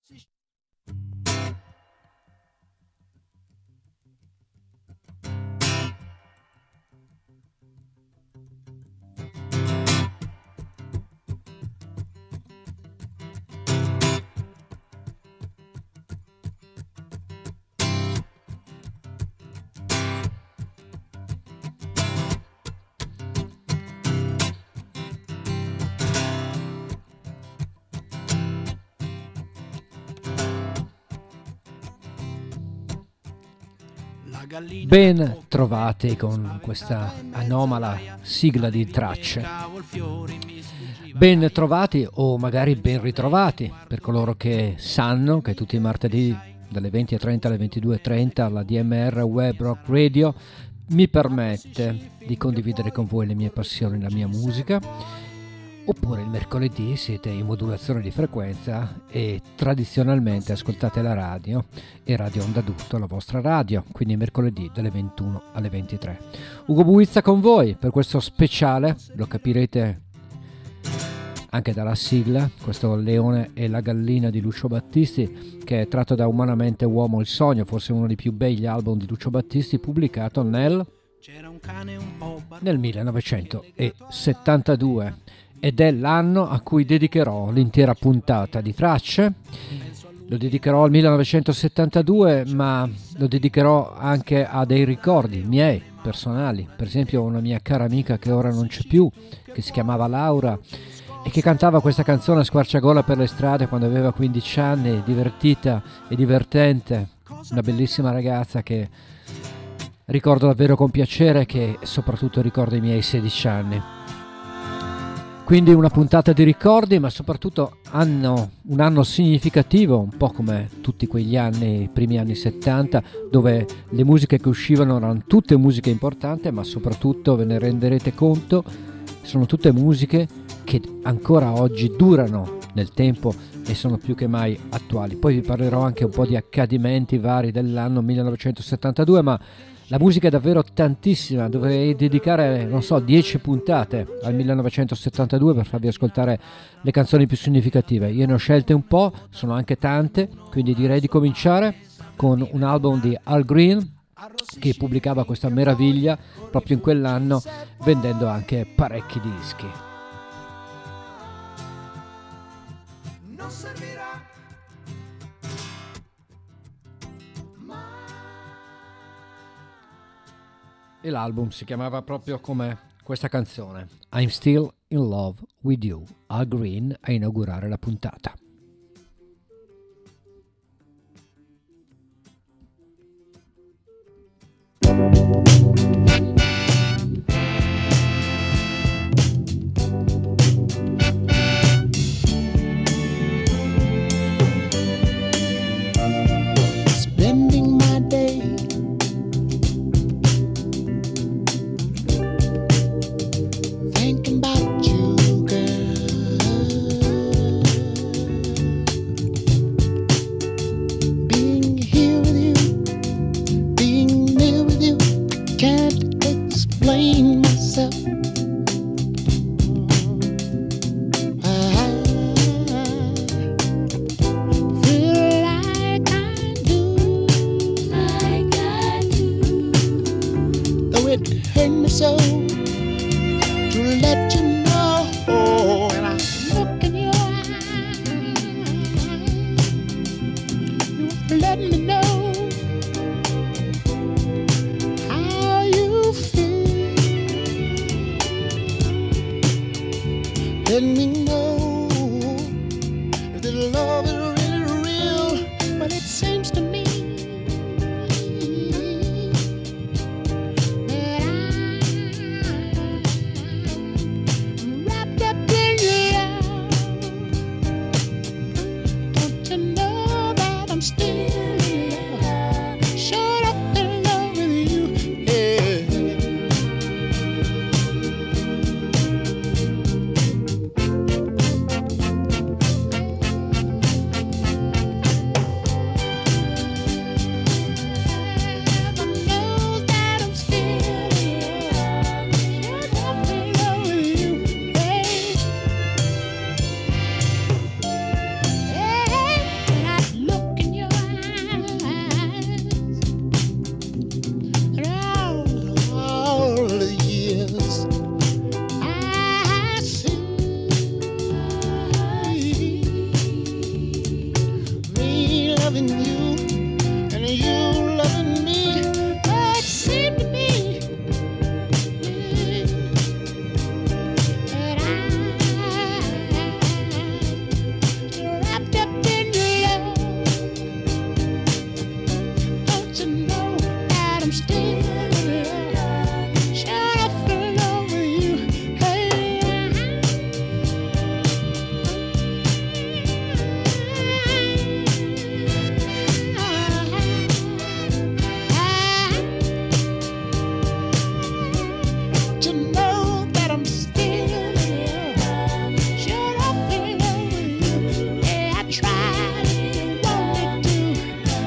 Ben trovati con questa anomala sigla di tracce. Ben trovati o magari ben ritrovati per coloro che sanno che tutti i martedì dalle 20:30 alle 22:30 la DMR Web Rock Radio mi permette di condividere con voi le mie passioni, la mia musica. Oppure il mercoledì siete in modulazione di frequenza e tradizionalmente ascoltate la radio e Radio Onda d'Urto, la vostra radio, quindi mercoledì dalle 21 alle 23. Ugo Buizza con voi per questo speciale, lo capirete anche dalla sigla, questo Leone e la gallina di Lucio Battisti, che è tratto da Umanamente Uomo il Sogno, forse uno dei più begli album di Lucio Battisti, pubblicato nel 1972. Ed è l'anno a cui dedicherò l'intera puntata di tracce. Lo dedicherò al 1972, ma lo dedicherò anche a dei ricordi miei, personali. Per esempio una mia cara amica che ora non c'è più, che si chiamava Laura e che cantava questa canzone a squarciagola per le strade quando aveva 15 anni, divertita e divertente. Una bellissima ragazza che ricordo davvero con piacere e che soprattutto ricordo i miei 16 anni. Quindi una puntata di ricordi, ma soprattutto un anno significativo, un po' come tutti quegli anni, i primi anni 70, dove le musiche che uscivano erano tutte musiche importanti, ma soprattutto, ve ne renderete conto, sono tutte musiche che ancora oggi durano nel tempo e sono più che mai attuali. Poi vi parlerò anche un po' di accadimenti vari dell'anno 1972, ma la musica è davvero tantissima, dovrei dedicare, 10 puntate al 1972 per farvi ascoltare le canzoni più significative. Io ne ho scelte un po', sono anche tante, quindi direi di cominciare con un album di Al Green, che pubblicava questa meraviglia proprio in quell'anno, vendendo anche parecchi dischi. Non servirà. E l'album si chiamava proprio come questa canzone, I'm Still in Love with You, Al Green a inaugurare la puntata. Spending my day thinking about you, girl. tried, wanted to.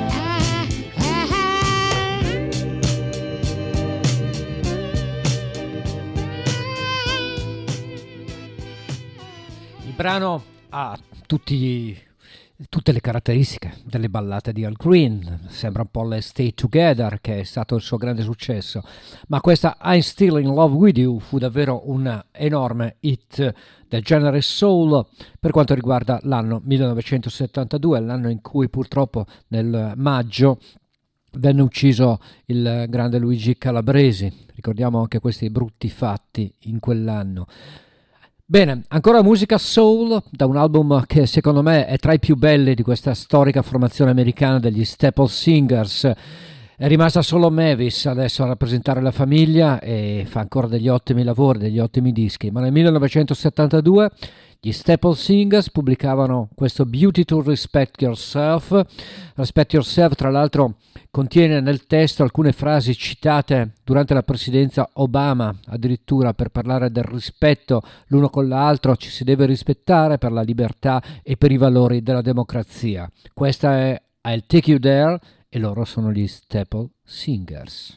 Il brano ha tutte le caratteristiche delle ballate di Al Green, sembra un po' le Stay Together, che è stato il suo grande successo, ma questa I'm Still in Love with You fu davvero un enorme hit del genere soul per quanto riguarda l'anno 1972, l'anno in cui purtroppo nel maggio venne ucciso il grande Luigi Calabresi. Ricordiamo anche questi brutti fatti in quell'anno. Bene, ancora musica soul da un album che secondo me è tra i più belli di questa storica formazione americana degli Staple Singers. È rimasta solo Mavis adesso a rappresentare la famiglia e fa ancora degli ottimi lavori, degli ottimi dischi, ma nel 1972 gli Staple Singers pubblicavano questo Beauty to Respect Yourself. Respect Yourself, tra l'altro, contiene nel testo alcune frasi citate durante la presidenza Obama, addirittura per parlare del rispetto l'uno con l'altro, ci si deve rispettare per la libertà e per i valori della democrazia. Questa è I'll Take You There e loro sono gli Staple Singers.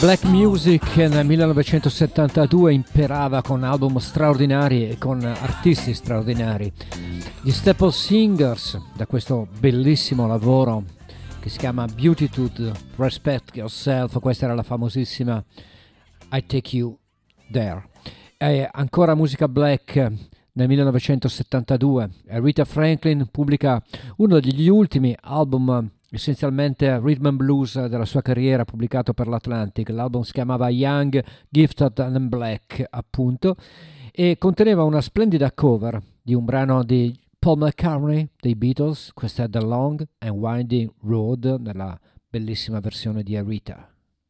Black Music nel 1972 imperava con album straordinari e con artisti straordinari. Gli Staple Singers, da questo bellissimo lavoro che si chiama Beautitude, Respect Yourself, questa era la famosissima I Take You There. E ancora musica black nel 1972, Aretha Franklin pubblica uno degli ultimi album essenzialmente rhythm and blues della sua carriera, pubblicato per l'Atlantic. L'album si chiamava Young, Gifted and Black, appunto, e conteneva una splendida cover di un brano di Paul McCartney dei Beatles. Questa è The Long and Winding Road nella bellissima versione di Aretha.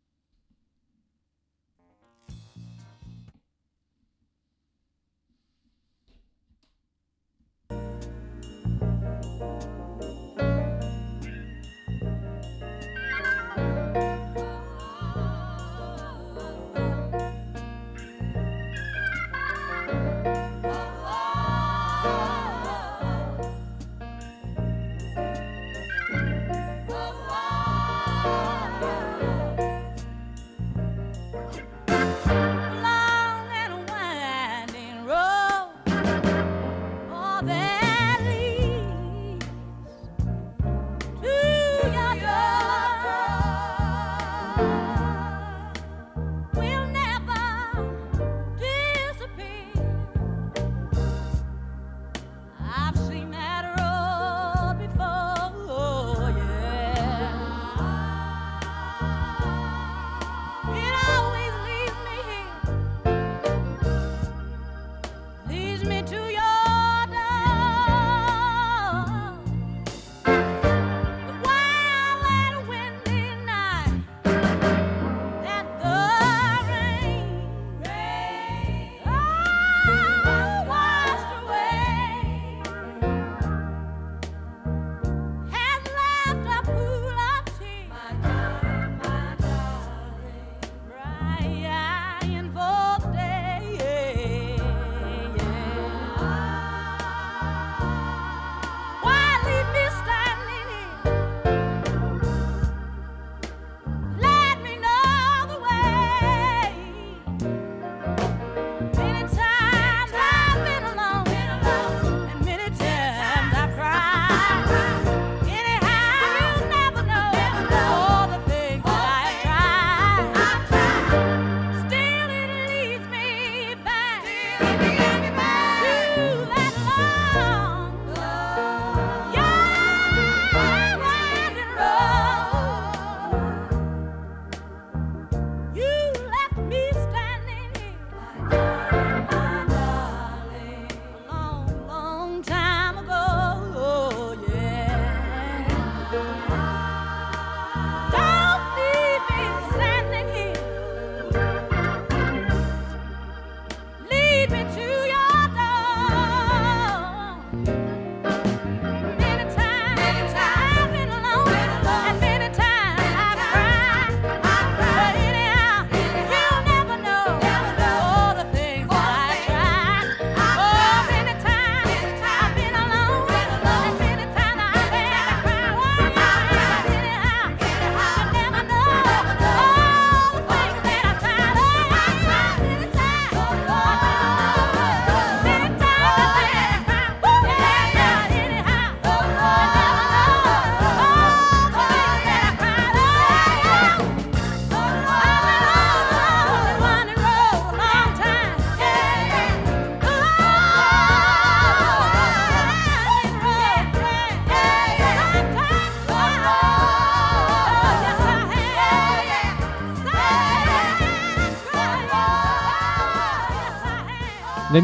Nel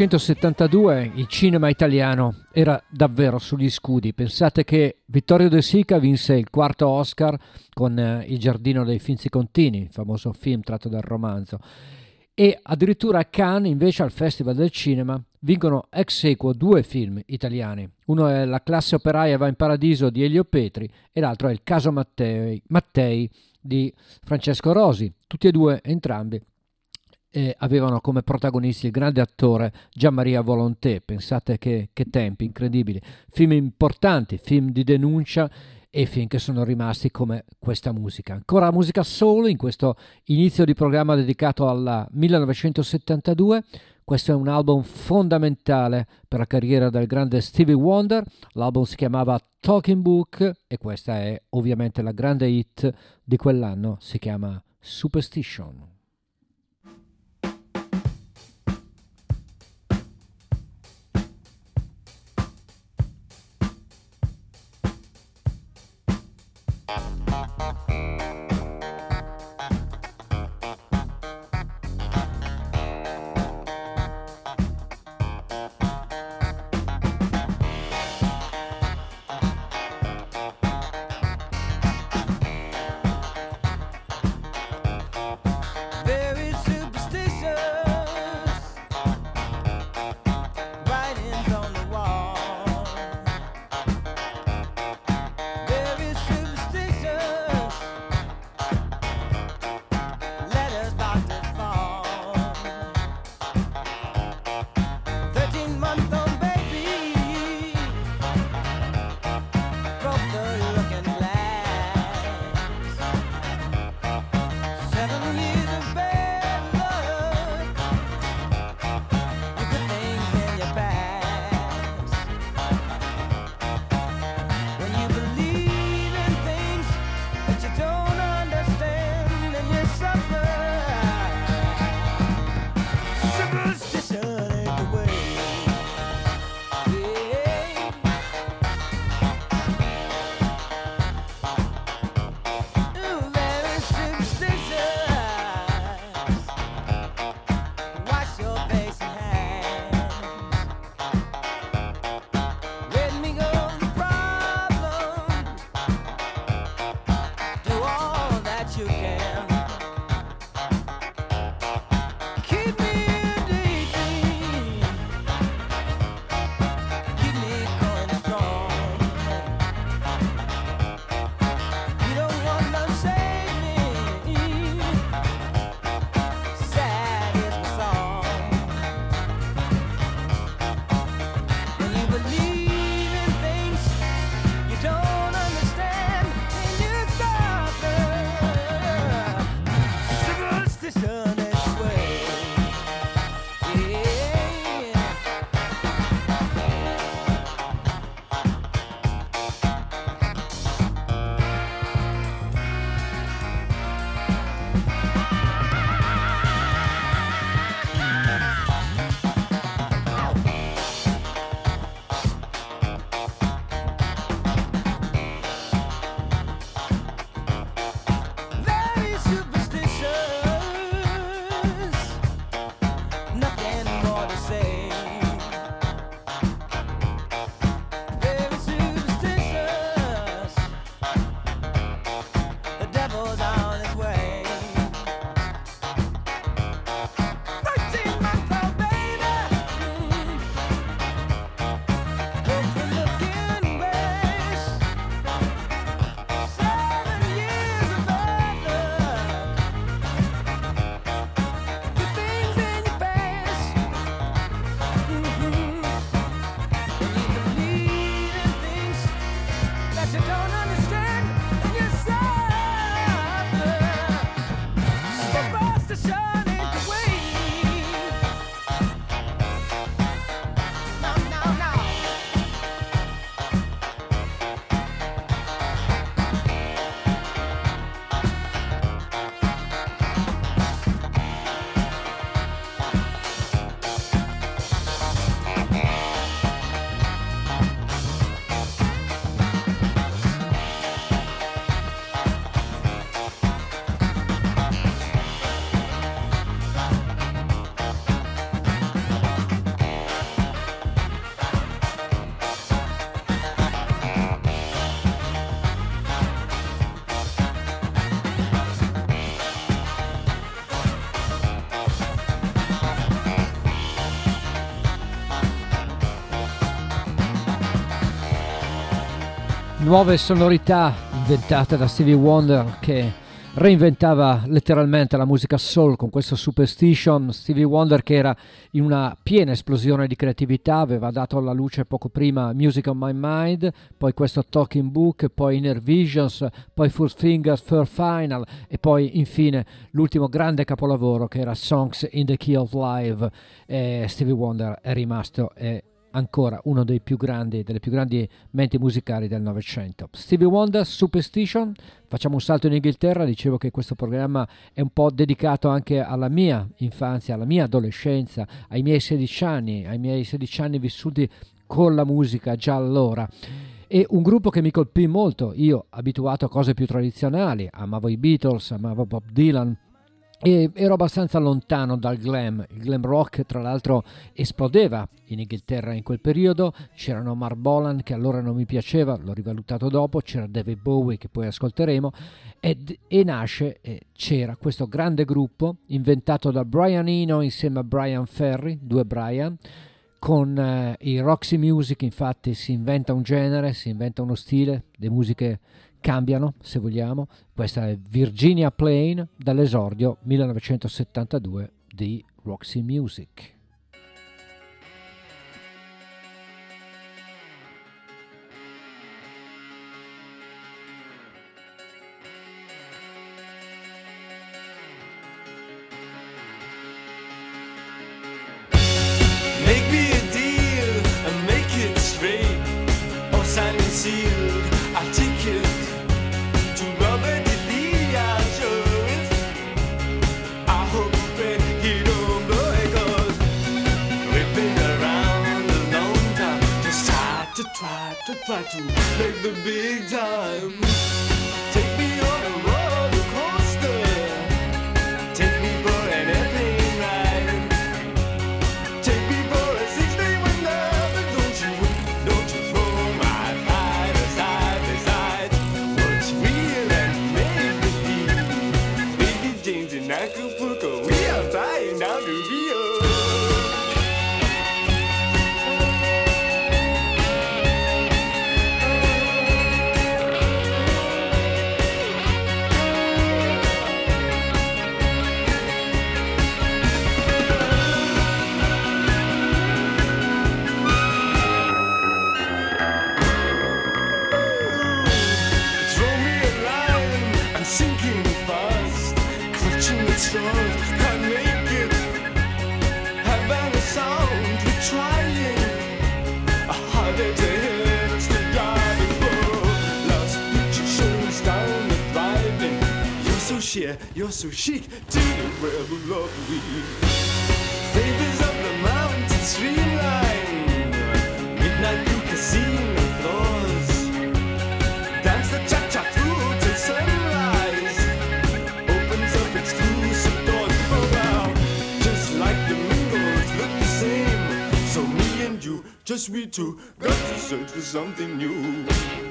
1972 il cinema italiano era davvero sugli scudi. Pensate che Vittorio De Sica vinse il quarto Oscar con Il giardino dei Finzi-Contini, il famoso film tratto dal romanzo, e addirittura a Cannes, invece, al Festival del Cinema, vincono ex aequo due film italiani. Uno è La classe operaia va in paradiso di Elio Petri e l'altro è Il caso Mattei di Francesco Rosi. Tutti e due, entrambi, avevano come protagonisti il grande attore Gianmaria Volonté. Pensate che tempi incredibili, film importanti, film di denuncia e finché sono rimasti come questa musica. Ancora musica soul in questo inizio di programma dedicato al 1972. Questo è un album fondamentale per la carriera del grande Stevie Wonder. L'album si chiamava Talking Book e questa è ovviamente la grande hit di quell'anno, si chiama Superstition. Nuove sonorità inventate da Stevie Wonder che reinventava letteralmente la musica soul con questo Superstition. Stevie Wonder, che era in una piena esplosione di creatività, aveva dato alla luce poco prima Music on My Mind, poi questo Talking Book, poi Inner Visions, poi Four Fingers Four Final e poi infine l'ultimo grande capolavoro che era Songs in the Key of Life. Stevie Wonder è rimasto ancora uno dei più grandi, delle più grandi menti musicali del Novecento. Stevie Wonder, Superstition. Facciamo un salto in Inghilterra. Dicevo che questo programma è un po' dedicato anche alla mia infanzia, alla mia adolescenza, ai miei 16 anni vissuti con la musica già allora. E un gruppo che mi colpì molto, io abituato a cose più tradizionali, amavo i Beatles, amavo Bob Dylan, e ero abbastanza lontano dal glam. Il glam rock tra l'altro esplodeva in Inghilterra in quel periodo. C'erano Marbolan, che allora non mi piaceva, l'ho rivalutato dopo, c'era David Bowie, che poi ascolteremo, c'era questo grande gruppo inventato da Brian Eno insieme a Brian Ferry, due Brian. Con i Roxy Music infatti si inventa un genere, si inventa uno stile, le musiche cambiano, se vogliamo. Questa è Virginia Plain dall'esordio 1972 di Roxy Music. Make me a deal and make it straight, or sign and sealed. I'll take it to Robert E. Lee. I'll show it. I hope that he don't blow it, 'cause we've been around a long time. Just try to make the big time. Take me on a roller coaster. Take me for an airplane ride. Take me for a 6-day window, but don't you throw my pride aside. What's real and make believe? Baby James in Acapulco, we are flying down to Rio. Throw me a line, I'm sinking fast, clutching at straws, can't make it. Havana Sound, we're trying. A holiday to hell, still driving for. Last picture shows down the driving. You're so sheer, you're so chic, to the rebel of we. Favors of the mountain streamline, midnight blue casino floors. Dance the cha-cha through till sunrise. Opens up exclusive doors. Oh wow, just like the mingles look the same. So me and you, just we two, got to search for something new.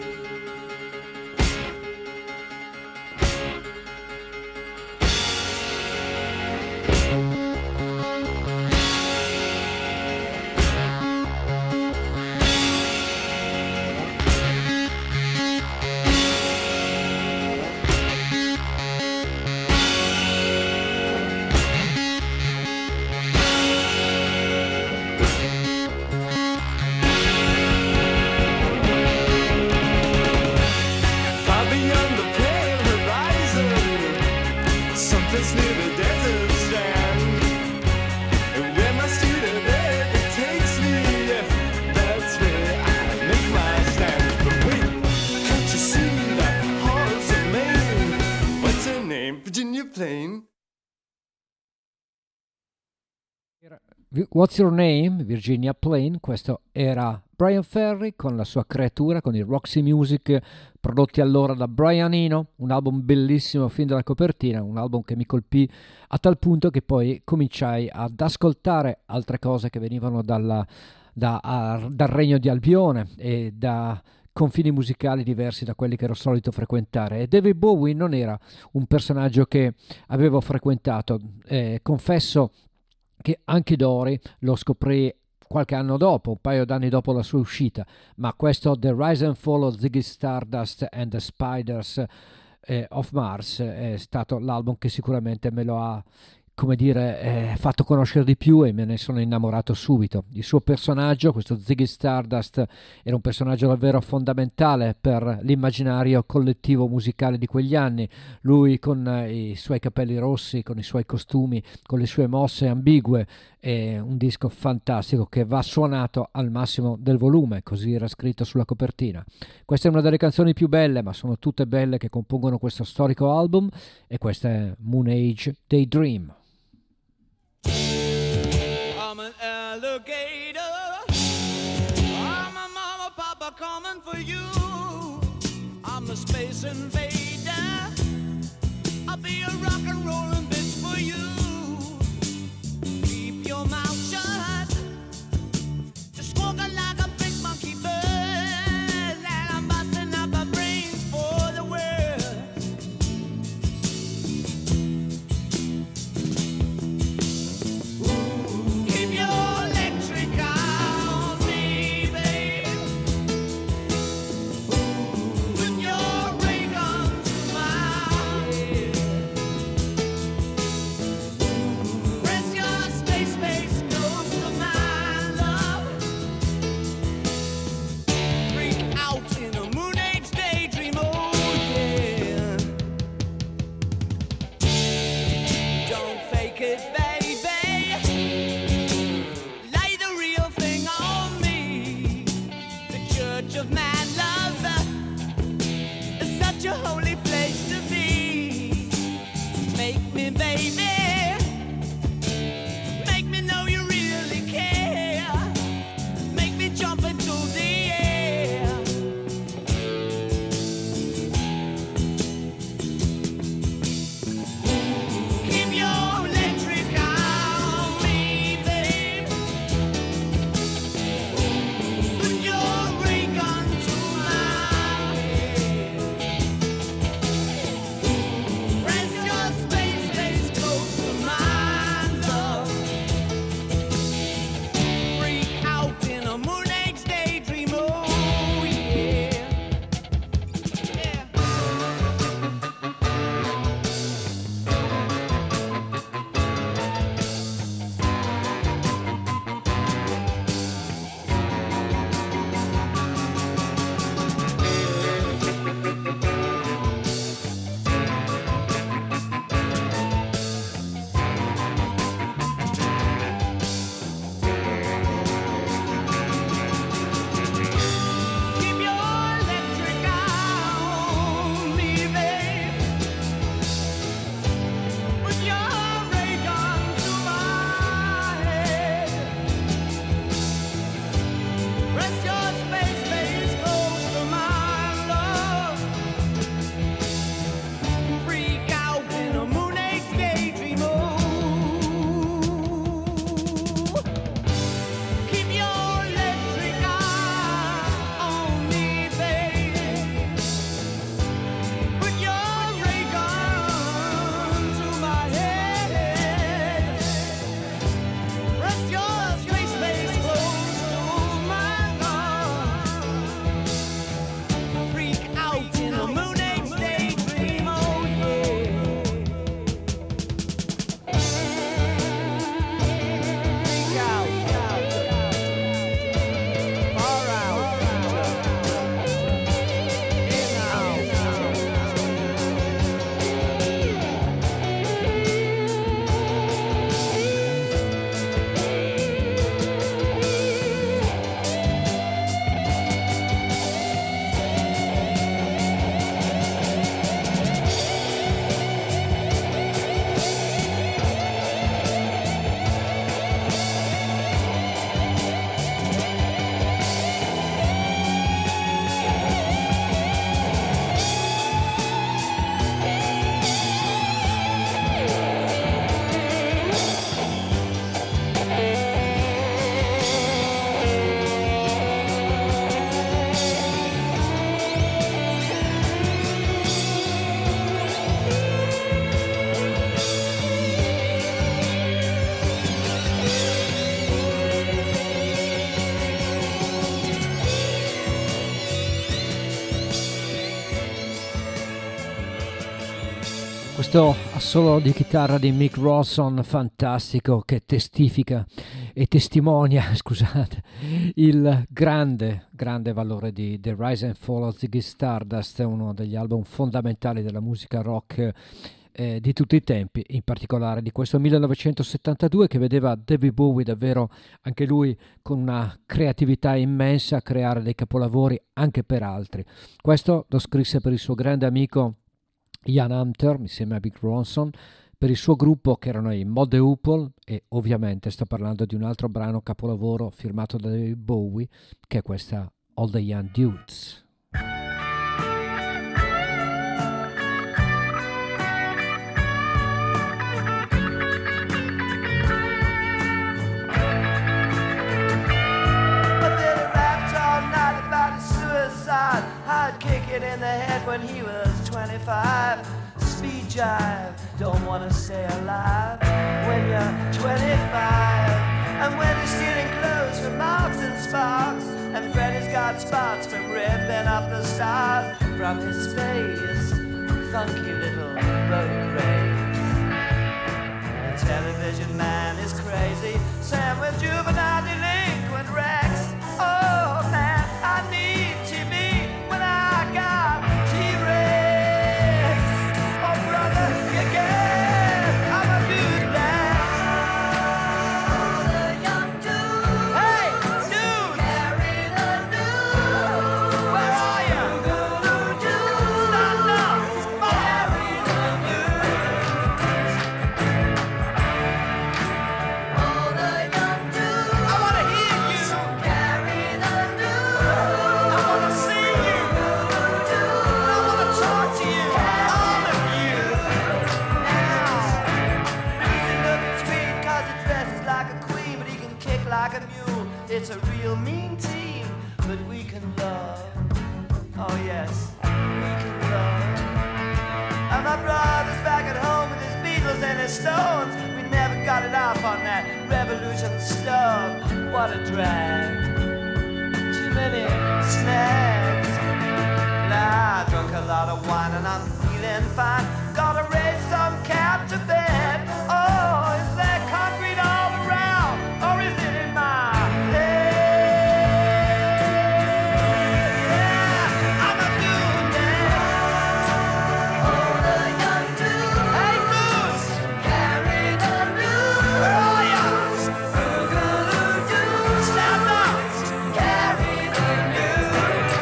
Far beyond the pale horizon, someplace near the desert strand. And where my student bed takes me, that's where I make my stand. But wait, can't you see that heart's a Maine? What's her name? Virginia Plain. What's Your Name? Virginia Plain. Questo era Brian Ferry con la sua creatura, con i Roxy Music, prodotti allora da Brian Eno, un album bellissimo fin dalla copertina, un album che mi colpì a tal punto che poi cominciai ad ascoltare altre cose che venivano dal regno di Albione e da confini musicali diversi da quelli che ero solito frequentare. E David Bowie non era un personaggio che avevo frequentato. Confesso che anche Dory lo scoprì qualche anno dopo, un paio d'anni dopo la sua uscita, ma questo The Rise and Fall of Ziggy Stardust and the Spiders of Mars è stato l'album che sicuramente me lo ha, come dire, fatto conoscere di più e me ne sono innamorato subito. Il suo personaggio, questo Ziggy Stardust, era un personaggio davvero fondamentale per l'immaginario collettivo musicale di quegli anni. Lui con i suoi capelli rossi, con i suoi costumi, con le sue mosse ambigue, è un disco fantastico che va suonato al massimo del volume, così era scritto sulla copertina. Questa è una delle canzoni più belle, ma sono tutte belle, che compongono questo storico album, e questa è Moon Age Daydream. I'm an alligator. I'm a mama, papa coming for you. I'm a space invader. I'll be a rock and rollin' bitch for you. Keep your mouth shut. Just walking like a big monkey bird. And I'm busting up my brains for the world. Keep your electric on me, baby. Put your ray gun to my head. Questo assolo di chitarra di Mick Ronson fantastico che testifica e testimonia, scusate, il grande valore di The Rise and Fall of Ziggy Stardust, uno degli album fondamentali della musica rock di tutti i tempi, in particolare di questo 1972 che vedeva David Bowie davvero anche lui con una creatività immensa a creare dei capolavori anche per altri. Questo lo scrisse per il suo grande amico Ian Hunter insieme a Mick Ronson, per il suo gruppo che erano i Mod the Hoople, e ovviamente sto parlando di un altro brano capolavoro firmato da David Bowie che è questa All the Young Dudes. I'd kick it in the head when he was 25. Speed jive, don't wanna stay alive when you're 25. And when he's stealing clothes from Marks and Sparks, and Freddy's got spots from ripping up the stars from his face, funky little road race. The television man is crazy, Sam with juvenile delinquent Rex. Oh man, I need TV when I got T-Rex. Oh brother, you get, I'm a good man. All the young dudes, hey dudes, carry the news. Where are you? Stand up, carry the news. All the young dudes, I wanna hear you. Carry the news. I wanna see you. I wanna talk to you. All of you. Now, he's looking sweet 'cause he dresses like a queen, but he can kick like a mule. It's a real mean team, but we can love. Oh yes, we can love. And my brother's back at home with his Beatles and his Stones. We never got it off on that revolution stuff. What a drag. Too many snags. Nah, I drunk a lot of wine and I'm feeling fine. Gotta raise some cap to bed. Oh, is there concrete all around, or is it in my head? Yeah, I'm a dude now. All the young dudes, hey dudes, carry the news. Where are ya? Boogaloo-doo, stand up, carry the news.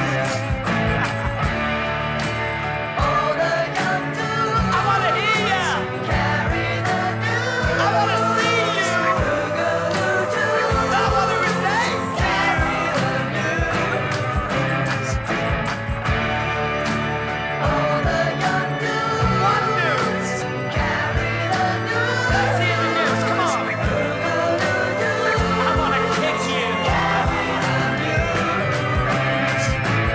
All the young dudes, I wanna hear ya. Carry the news. I wanna see you. Boogaloo-doo, I wanna relate. Carry the news. All the young dudes, what news? Carry the news. Let's hear the news. Come on. Boogaloo-doo, I wanna kick you. Carry the news.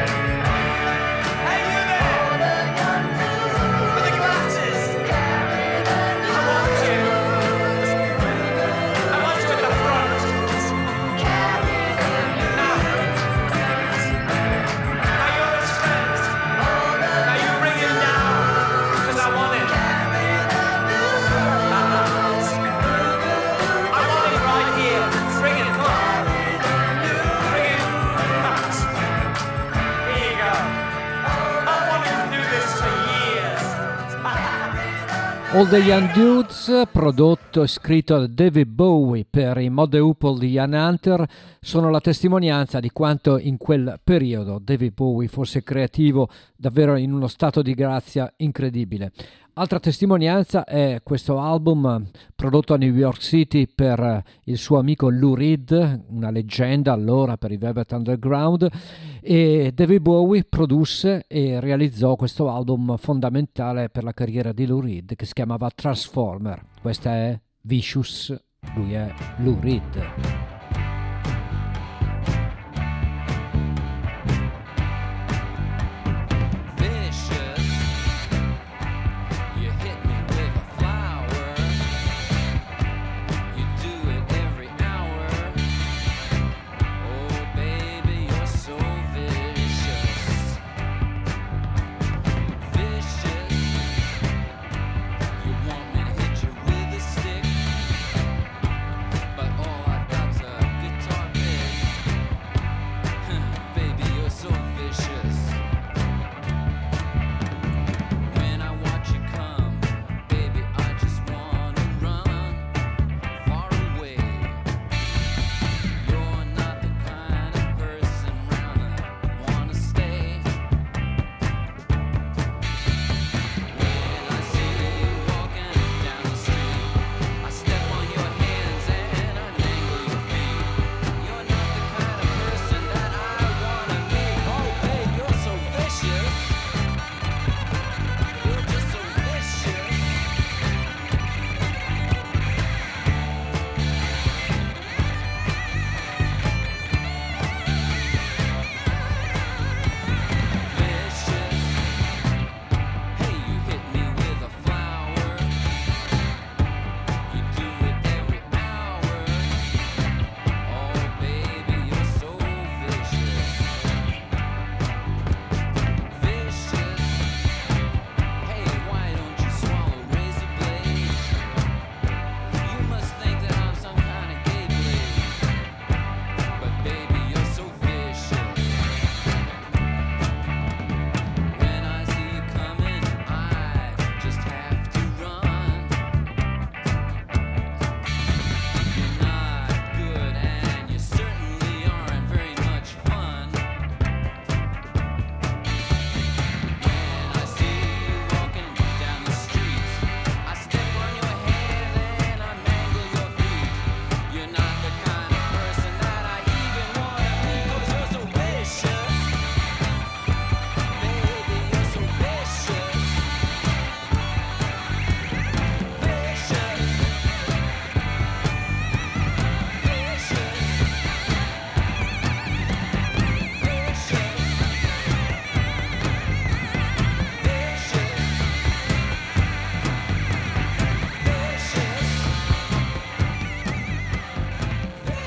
Hey you there. All the young dudes with the glasses. Carry the news. I want you. I want you at the front. Carry the news. Now you're his friends. Now you bring him down, 'cause I want it. Carry the news. I want it right here. Bring it, come on. Bring it. Here you go. I wanted to do this for years. All the Young Dudes, prodotto e scritto da David Bowie per i Mod the Hoople di Ian Hunter, sono la testimonianza di quanto in quel periodo David Bowie fosse creativo davvero in uno stato di grazia incredibile. Altra testimonianza è questo album prodotto a New York City per il suo amico Lou Reed, una leggenda allora per i Velvet Underground, e David Bowie produsse e realizzò questo album fondamentale per la carriera di Lou Reed che si chiamava Transformer. Questa è Vicious, lui è Lou Reed. Vicious, you hit me with a flower. You do it every hour. Oh baby, you're so vicious. Vicious,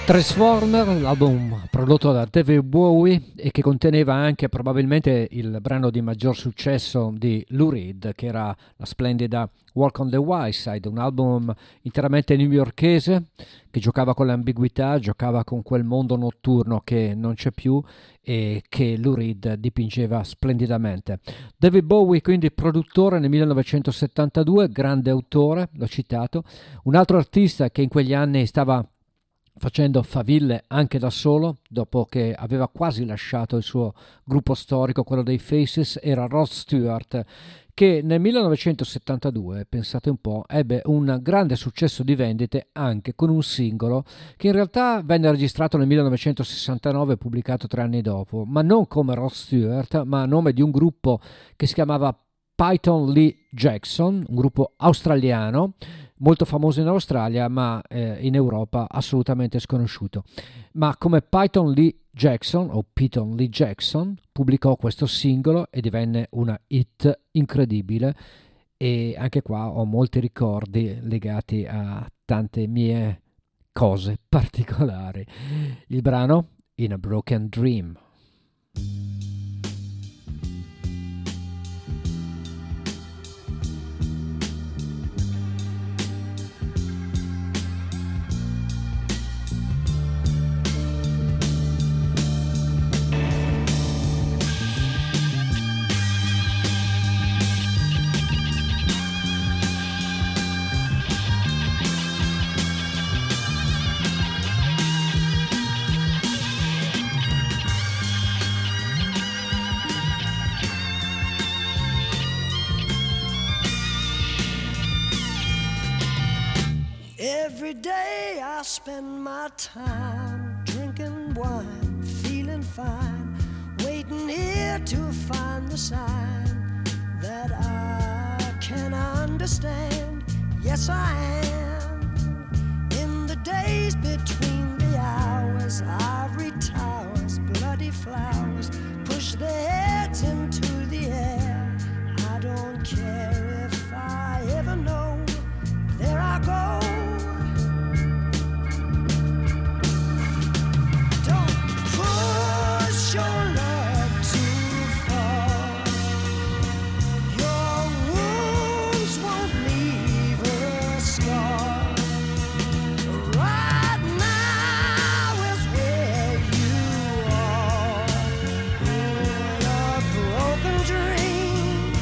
Transformer, l'album prodotto da David Bowie e che conteneva anche probabilmente il brano di maggior successo di Lou Reed, che era la splendida Walk on the Wild Side, un album interamente newyorkese che giocava con l'ambiguità, giocava con quel mondo notturno che non c'è più e che Lou Reed dipingeva splendidamente. David Bowie quindi produttore nel 1972, grande autore, l'ho citato, un altro artista che in quegli anni stava facendo faville anche da solo, dopo che aveva quasi lasciato il suo gruppo storico, quello dei Faces, era Rod Stewart, che nel 1972, pensate un po', ebbe un grande successo di vendite anche con un singolo che in realtà venne registrato nel 1969 e pubblicato 3 anni dopo, ma non come Rod Stewart, ma a nome di un gruppo che si chiamava Python Lee Jackson, un gruppo australiano, molto famoso in Australia, ma in Europa assolutamente sconosciuto. Ma come Python Lee Jackson o Python Lee Jackson pubblicò questo singolo e divenne una hit incredibile, e anche qua ho molti ricordi legati a tante mie cose particolari. Il brano In a Broken Dream. Every day I spend my time drinking wine, feeling fine, waiting here to find the sign that I can understand. Yes, I am. In the days between the hours, ivory towers, bloody flowers push their heads into the air. I don't care if I ever know. There I go. Your love too far. Your wounds won't leave a scar. Right now is where you are, in a broken dream.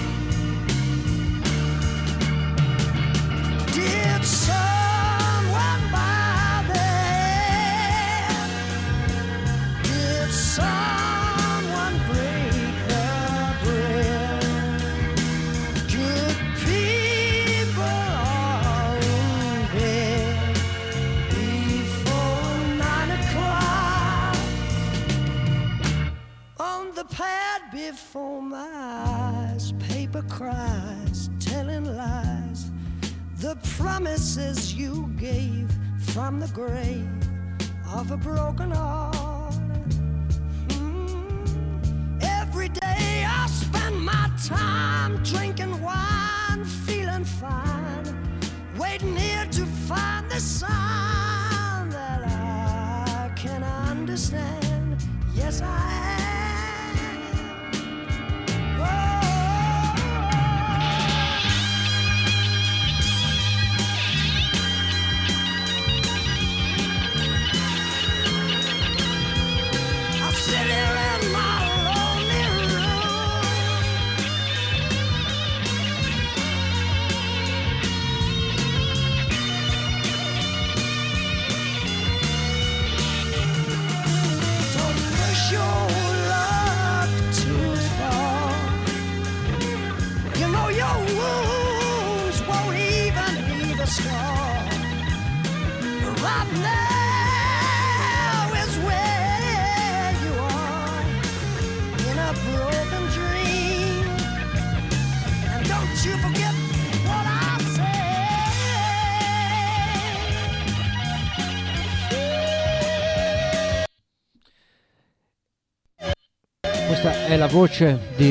Did someone buy them? Did someone before my eyes, paper cries, telling lies, the promises you gave from the grave of a broken heart. Every day I spend my time drinking wine, feeling fine, waiting here to find the sign that I can understand. Yes, I am. Right now is where you are, in a broken dream. And don't you forget what I said. Questa è la voce di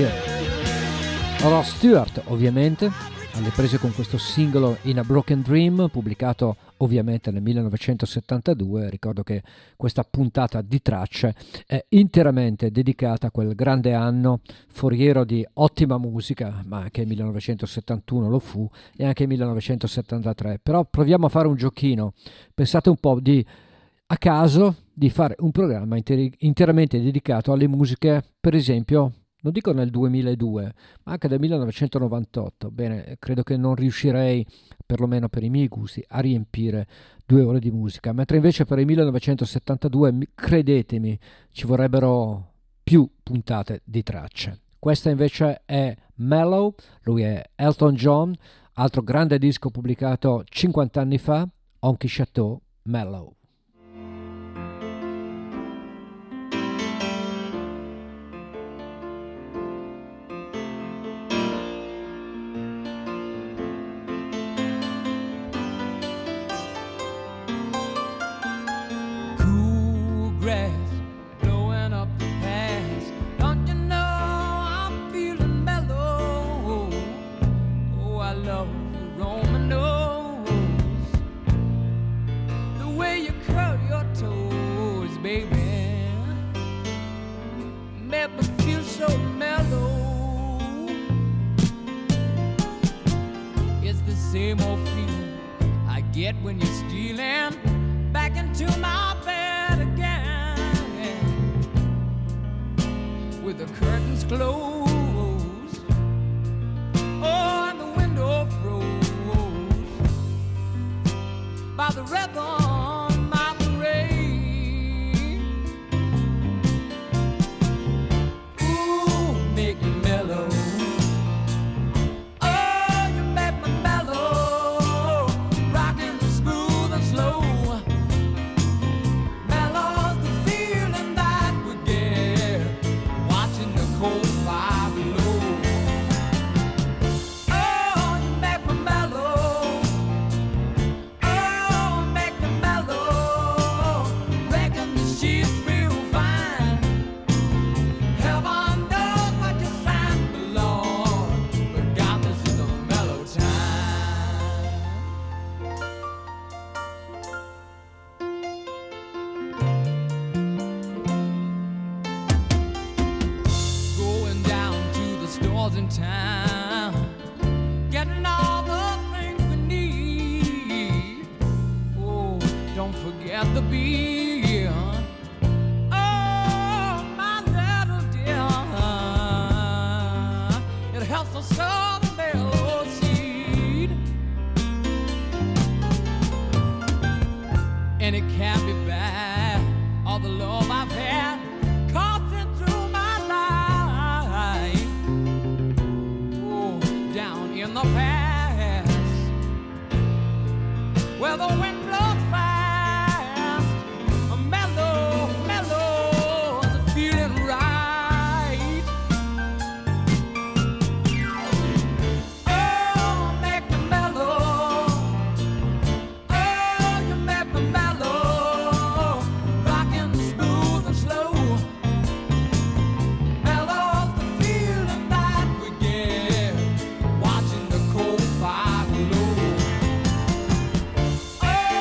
Ross Stewart, ovviamente, alle prese con questo singolo In a Broken Dream, pubblicato ovviamente nel 1972. Ricordo che questa puntata di tracce è interamente dedicata a quel grande anno foriero di ottima musica, ma anche il 1971 lo fu e anche il 1973. Però proviamo a fare un giochino. Pensate un po' a caso di fare un programma interamente dedicato alle musiche, per esempio, non dico nel 2002, ma anche del 1998. Bene, credo che non riuscirei, perlomeno per i miei gusti, a riempire 2 ore di musica, mentre invece per il 1972, credetemi, ci vorrebbero più puntate di tracce. Questa invece è Mellow, lui è Elton John, altro grande disco pubblicato 50 anni fa, Honky Chateau, Mellow. Cool grass blowing up the pass. Don't you know I'm feeling mellow? Oh, I love you on my nose. The way you curl your toes, baby, make me feel so mellow. It's the same old feeling I get when you're stealing back into my bed again, with the curtains closed, oh, and the window froze by the rhythm of the rain. Ooh, make it mellow. Oh, you make me mellow, rocking smooth and slow. Mellow's the feeling that we get watching the cold fire glow. Oh, you make me mellow. Oh, make me mellow. Reckon the sheets feel fine. Heaven knows what you find below, but God, this is a mellow time. Going down to the stores in town, getting all the things we need. Oh, don't forget the beer. Oh, my little dear, it helps us sow the mellow seed, and it can't be bad. All the love I've had coursing through my life, oh, down in the past, where the wind blows fast, a mellow, mellow, is feeling right. Oh, make me mellow. Oh, you make me mellow, rocking smooth and slow. Mellow's the feeling that we get watching the cold fire glow. Oh,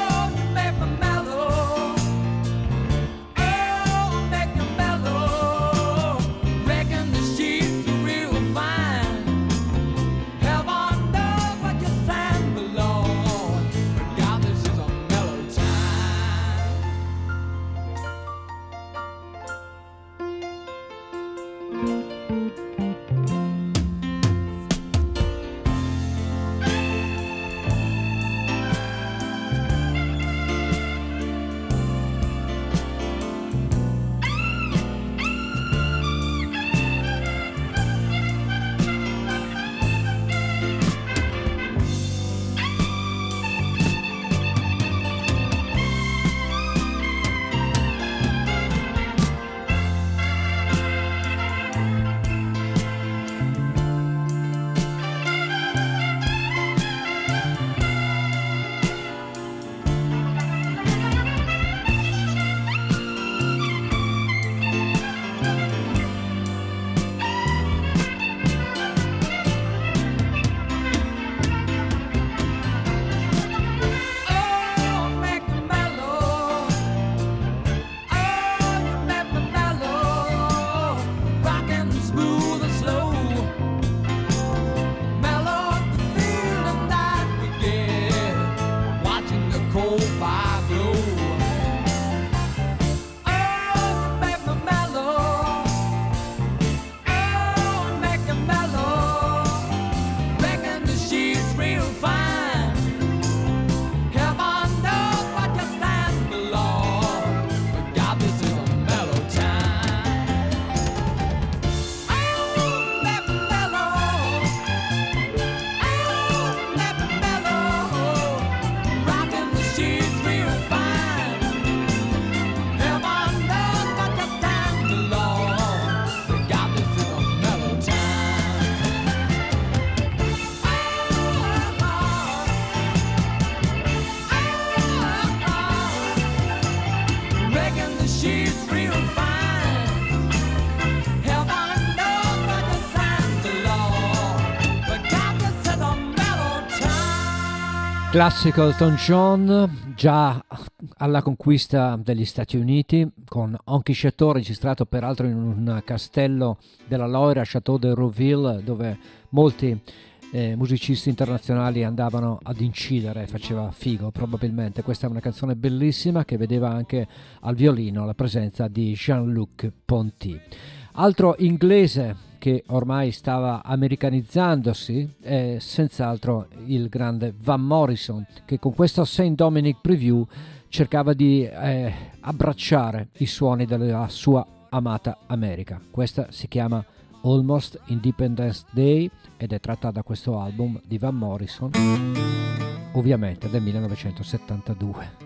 Classico Elton John, già alla conquista degli Stati Uniti, con Honky Chateau, registrato peraltro in un castello della Loira, Château de Rouville, dove molti musicisti internazionali andavano ad incidere, faceva figo probabilmente. Questa è una canzone bellissima che vedeva anche al violino la presenza di Jean-Luc Ponty. Altro inglese che ormai stava americanizzandosi è senz'altro il grande Van Morrison, che con questo St. Dominic Preview cercava di abbracciare i suoni della sua amata America. Questa si chiama Almost Independence Day ed è tratta da questo album di Van Morrison, ovviamente del 1972.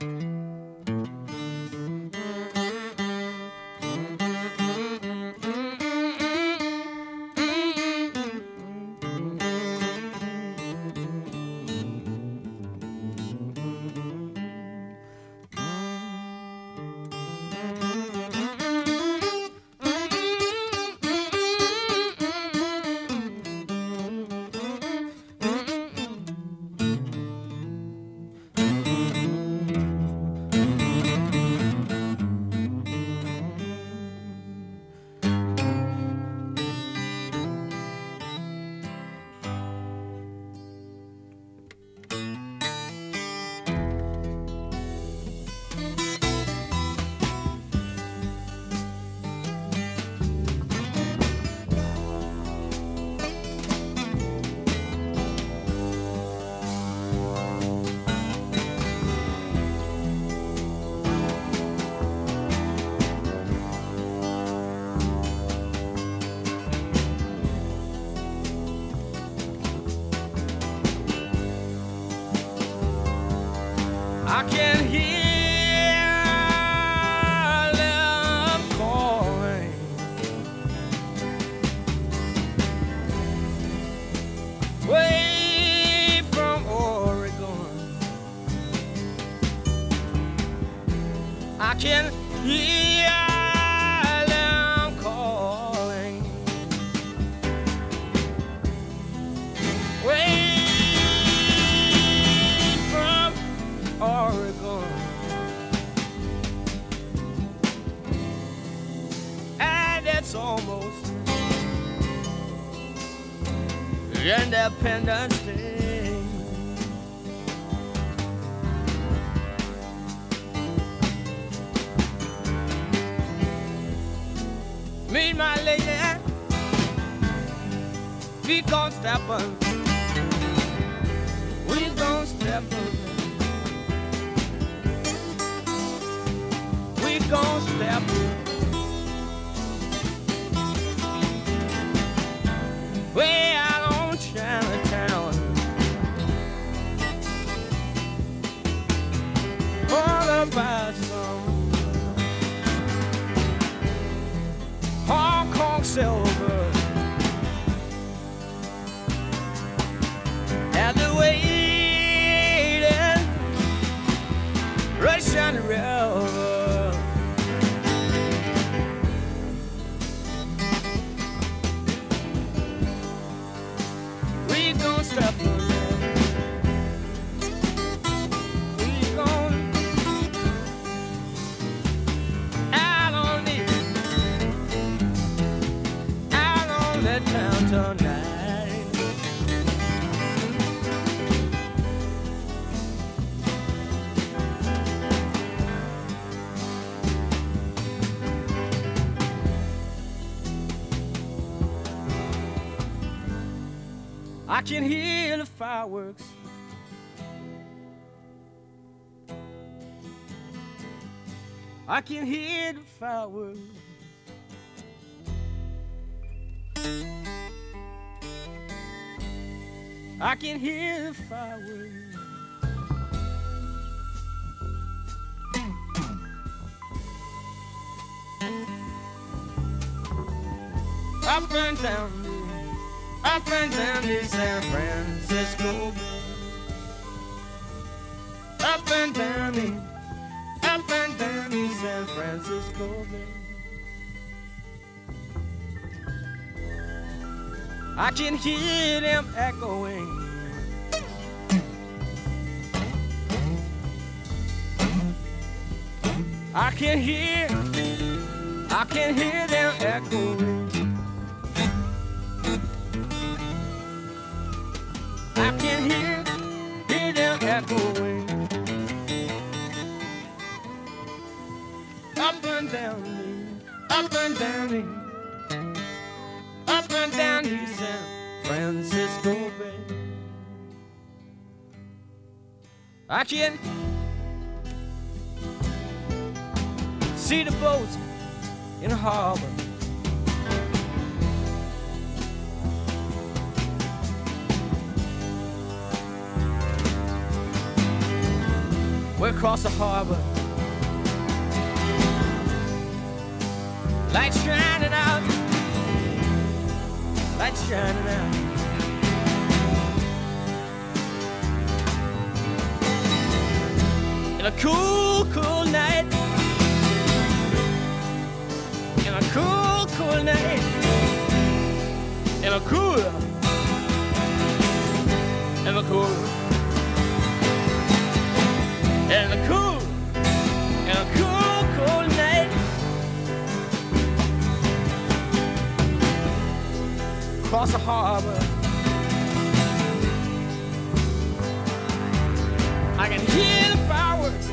I can hear them calling. Way from Oregon, I can hear them calling. Way Oregon, and it's almost Independence Day. Meet my lady, we gon' step on, we gon' step on. We gon' step way out on Chinatown. Gonna buy some Hong Kong silver at the waiting Russian River. Step on that. We gon' out on it, out on that town tonight. I can hear the fireworks. I can hear the fireworks. I can hear the fireworks. Up and down, up and down the San Francisco Bay. Up and down the San Francisco Bay. I can hear them echoing I can hear them echoing. I can hear them echoing. Up and down me, up and down me, up and down the San Francisco Bay. I can see the boats in the harbor. We're across the harbor, lights shining out, lights shining out. In a cool, cool night, in a cool, cool night, in a cool, in a cool, in a cool, in a cool, cool night. Across the harbor, I can hear the fireworks.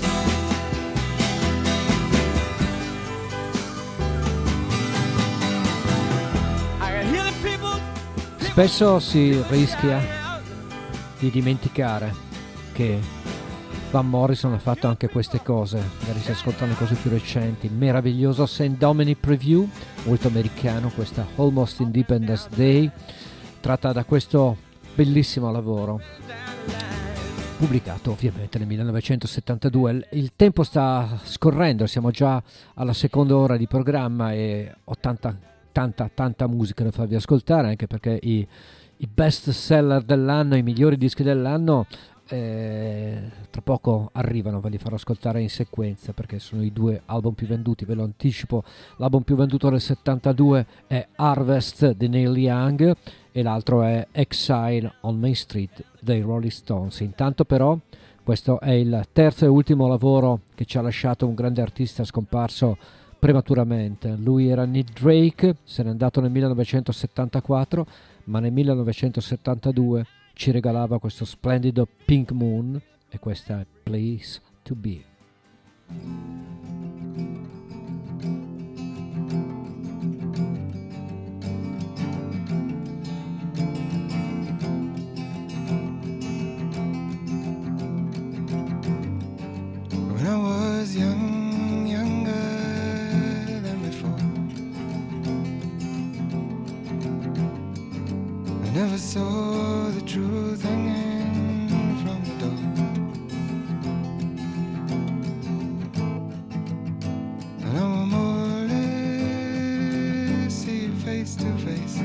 I can hear the people. Spesso si rischia di dimenticare che Van Morrison ha fatto anche queste cose, magari si ascoltano le cose più recenti. Meraviglioso St. Dominic Preview, molto americano, questa Almost Independence Day, tratta da questo bellissimo lavoro, pubblicato ovviamente nel 1972. Il tempo sta scorrendo, siamo già alla seconda ora di programma e ho tanta musica da farvi ascoltare, anche perché i best seller dell'anno, i migliori dischi dell'anno, tra poco arrivano, ve li farò ascoltare in sequenza perché sono i due album più venduti. Ve lo anticipo: l'album più venduto del 72 è Harvest di Neil Young e l'altro è Exile on Main Street dei Rolling Stones. Intanto però questo è il terzo e ultimo lavoro che ci ha lasciato un grande artista scomparso prematuramente. Lui era Nick Drake, se n'è andato nel 1974, ma nel 1972 ci regalava questo splendido Pink Moon e questa è Place to Be. When I was young, younger than before, I never saw the truth hanging from the door. And I will more or less see you face to face.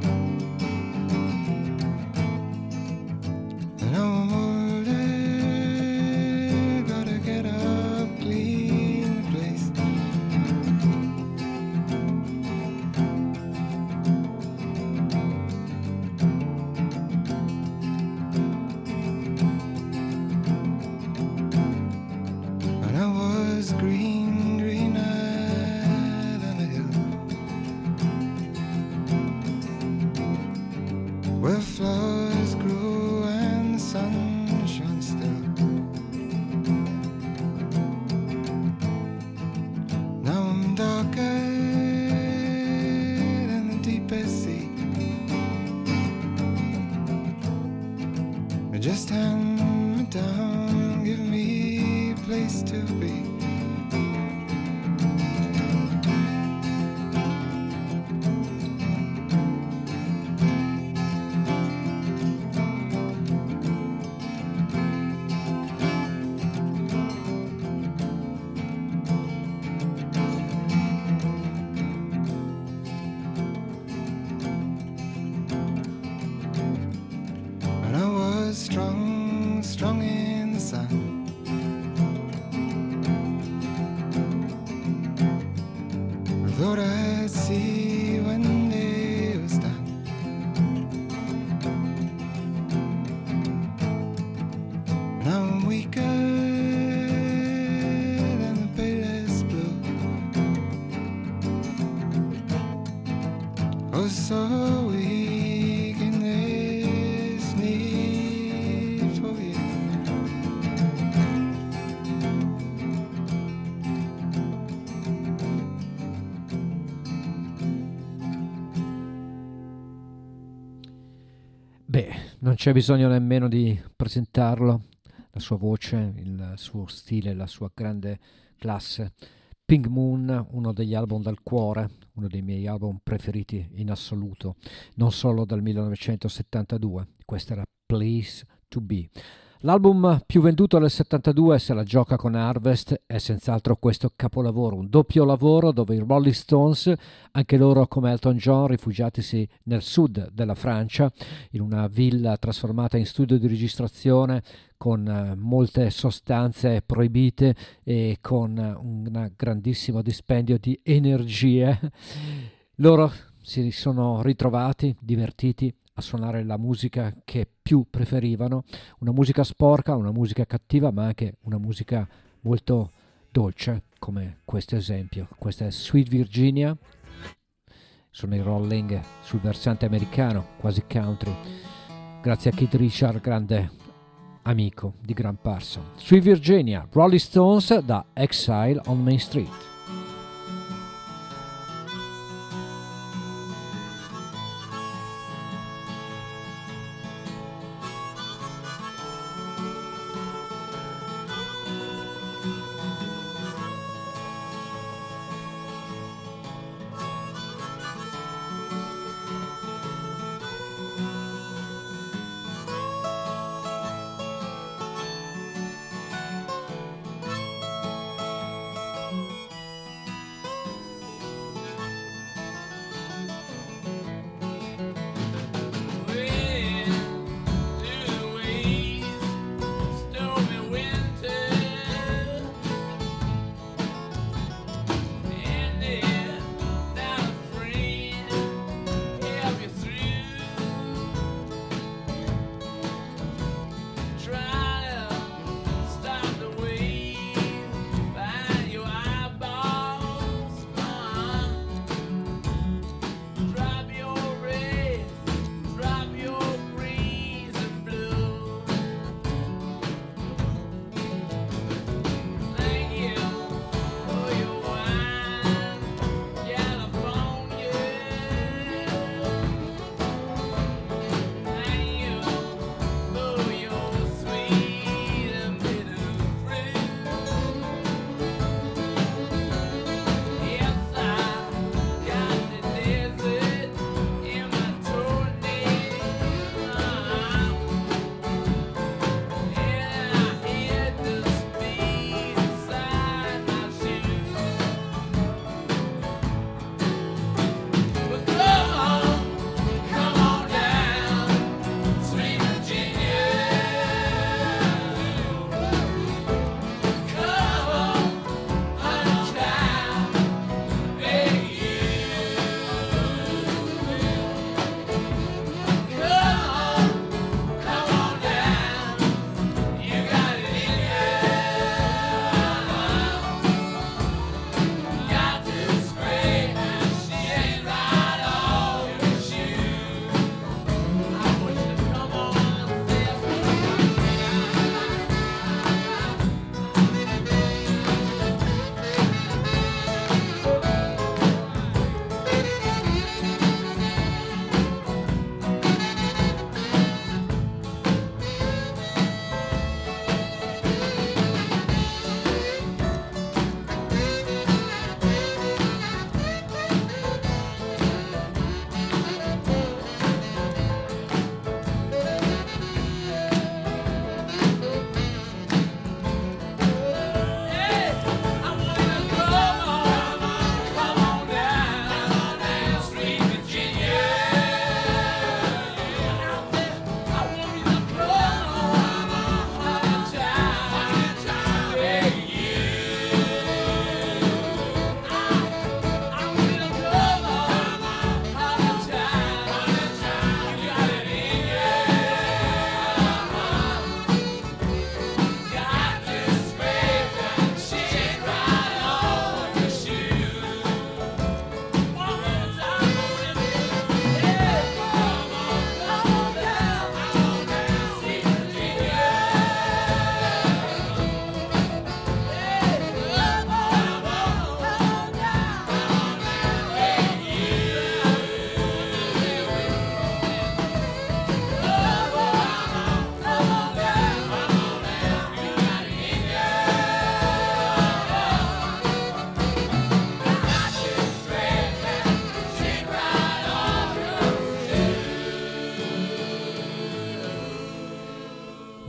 And I will more or less gotta get up, clean the place. And I was green, greener than the hill, where flowers grew and the sun shone still. Now I'm darker than the deepest sea. Just hand me down, give me a place to be. And I was strong, strong in the sun. I thought I'd see when day was done. Now I'm weaker than the pale was so weak in this need for you. Beh, non c'è bisogno nemmeno di presentarlo, la sua voce, il suo stile, la sua grande classe. Pink Moon, uno degli album dal cuore, uno dei miei album preferiti in assoluto, non solo dal 1972, questa era Place to Be. L'album più venduto del 72 se la gioca con Harvest, è senz'altro questo capolavoro, un doppio lavoro dove i Rolling Stones, anche loro come Elton John, rifugiatisi nel sud della Francia, in una villa trasformata in studio di registrazione con molte sostanze proibite e con un grandissimo dispendio di energie, loro si sono ritrovati, divertiti a suonare la musica che più preferivano, una musica sporca, una musica cattiva, ma anche una musica molto dolce, come questo esempio. Questa è Sweet Virginia, sono i Rolling sul versante americano, quasi country, grazie a Keith Richard, grande amico di Graham Parsons. Sweet Virginia, Rolling Stones da Exile on Main Street.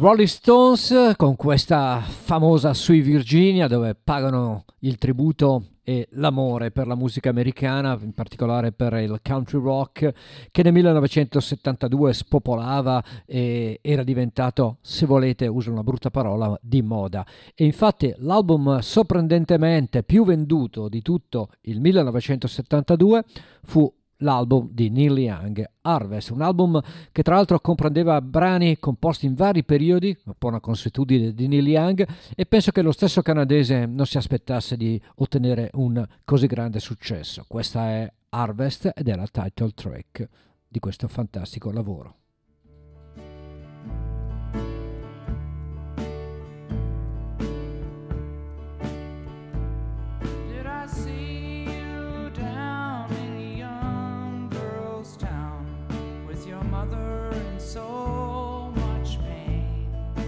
Rolling Stones con questa famosa Sui Virginia, dove pagano il tributo e l'amore per la musica americana, in particolare per il country rock, che nel 1972 spopolava e era diventato, se volete, uso una brutta parola, di moda. E infatti l'album sorprendentemente più venduto di tutto il 1972 fu l'album di Neil Young, Harvest, un album che tra l'altro comprendeva brani composti in vari periodi, un po' una consuetudine di Neil Young, e penso che lo stesso canadese non si aspettasse di ottenere un così grande successo. Questa è Harvest ed è la title track di questo fantastico lavoro. Did I see you down in a young girl's town with your mother in so much pain?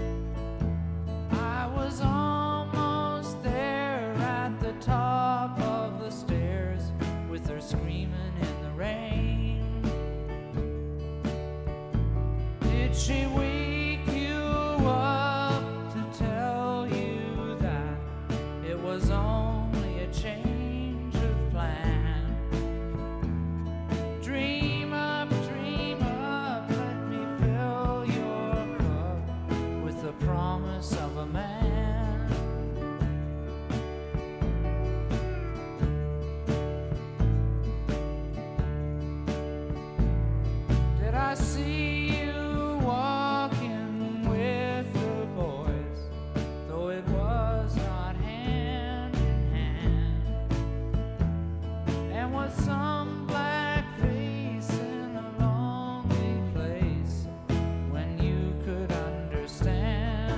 I was almost there at the top of the stairs with her screaming in the rain. Did she wake you up to tell you that it was only a change of plan? Dream up, let me fill your cup with the promise of a man. Did I see you walking with the boys, though it was not hand in hand? And was some black face in a lonely place when you could understand?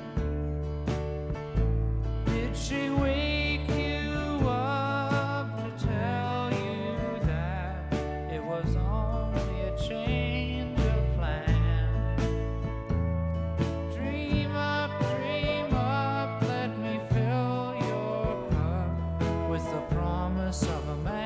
Did she wake you up to tell you that it was only a change of plan? Dream up, let me fill your cup with the promise of a man.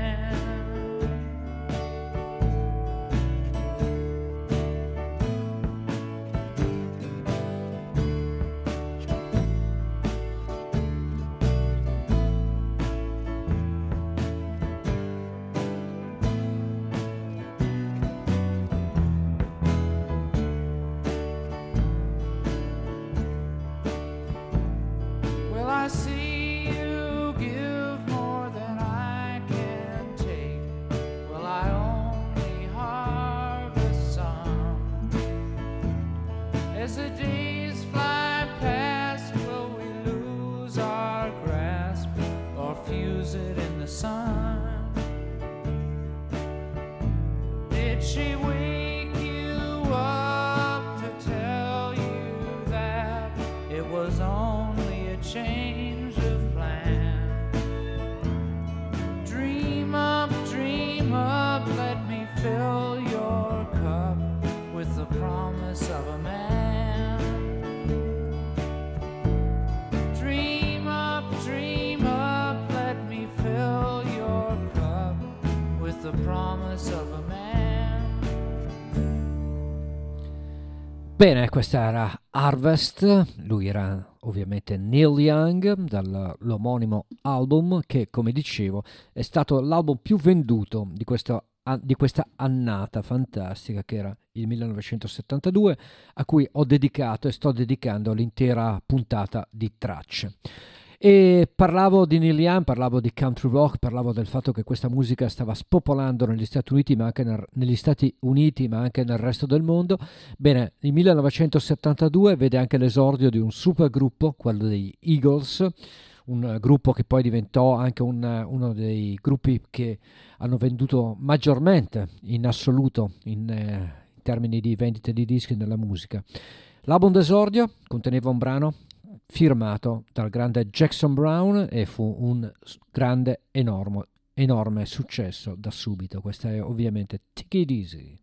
Will I see you give more than I can take? Will I only harvest some? As the days fly past, will we lose our grasp or fuse it in the sun? Did she wake you up to tell you that it was only a change of plan? Dream up, let me fill your cup with the promise of a man. Dream up, let me fill your cup with the promise of a man. Bene, questa era Harvest, lui era ovviamente Neil Young, dall'omonimo album che, come dicevo, è stato l'album più venduto di questa annata fantastica che era il 1972, a cui ho dedicato e sto dedicando l'intera puntata di tracce. E parlavo di Neil Young, parlavo di country rock, parlavo del fatto che questa musica stava spopolando negli Stati Uniti, ma anche nel resto del mondo. Bene, il 1972 vede anche l'esordio di un supergruppo, quello degli Eagles, un gruppo che poi diventò anche uno dei gruppi che hanno venduto maggiormente in assoluto in termini di vendite di dischi nella musica. L'album d'esordio conteneva un brano firmato dal grande Jackson Browne e fu un grande, enorme successo da subito. Questa è ovviamente Take It Easy.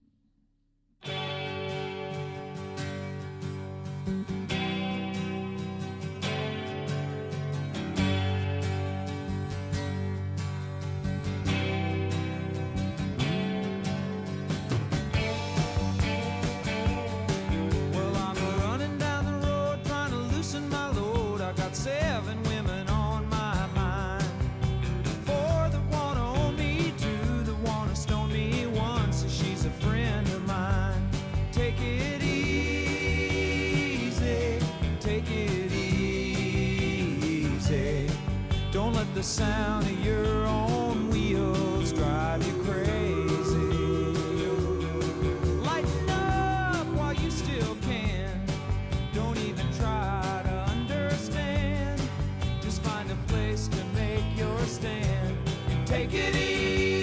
Well, I'm running the sound of your own wheels drive you crazy. Lighten up while you still can. Don't even try to understand. Just find a place to make your stand and take it easy.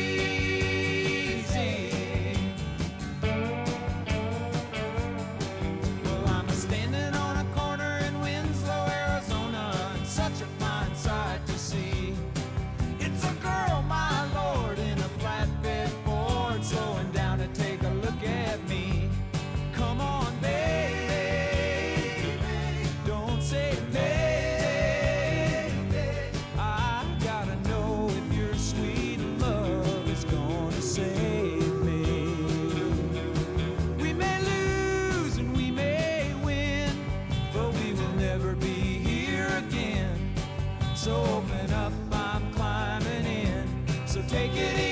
Well, I'm standing on a corner in Winslow, Arizona, and such a fine sight to see. It's a girl, my lord, in a flatbed Ford, slowing down to take a look at me. Come on, baby, don't say maybe. I gotta know if your sweet love is gonna save me. We may lose and we may win, but we will never be here again. So open up, I'm climbing in. So take it easy.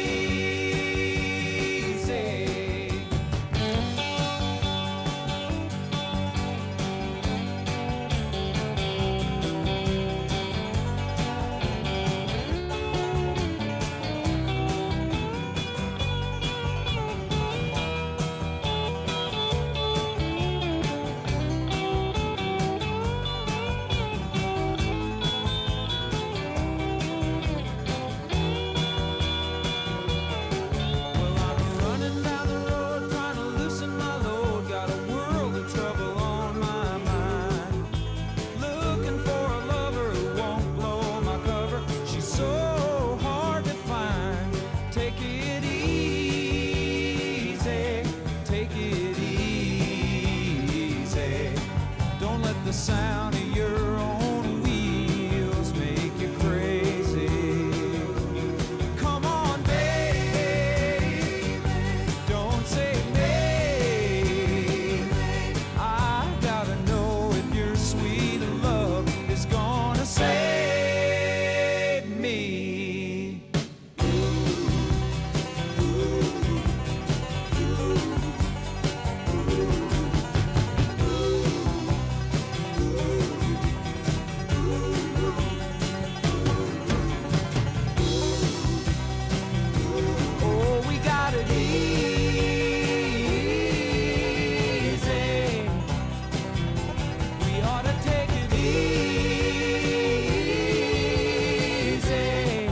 Well, I'm running down the road trying to loosen my load. Got a world of trouble on my mind. Looking for a lover who won't blow my cover. She's so hard to find. Take it easy. Take it easy. Don't let the sound of your own wheels make you crazy. Come on, baby, don't say maybe. I gotta know if your sweet love is gonna save me. Oh, we got it easy. We ought to take it easy.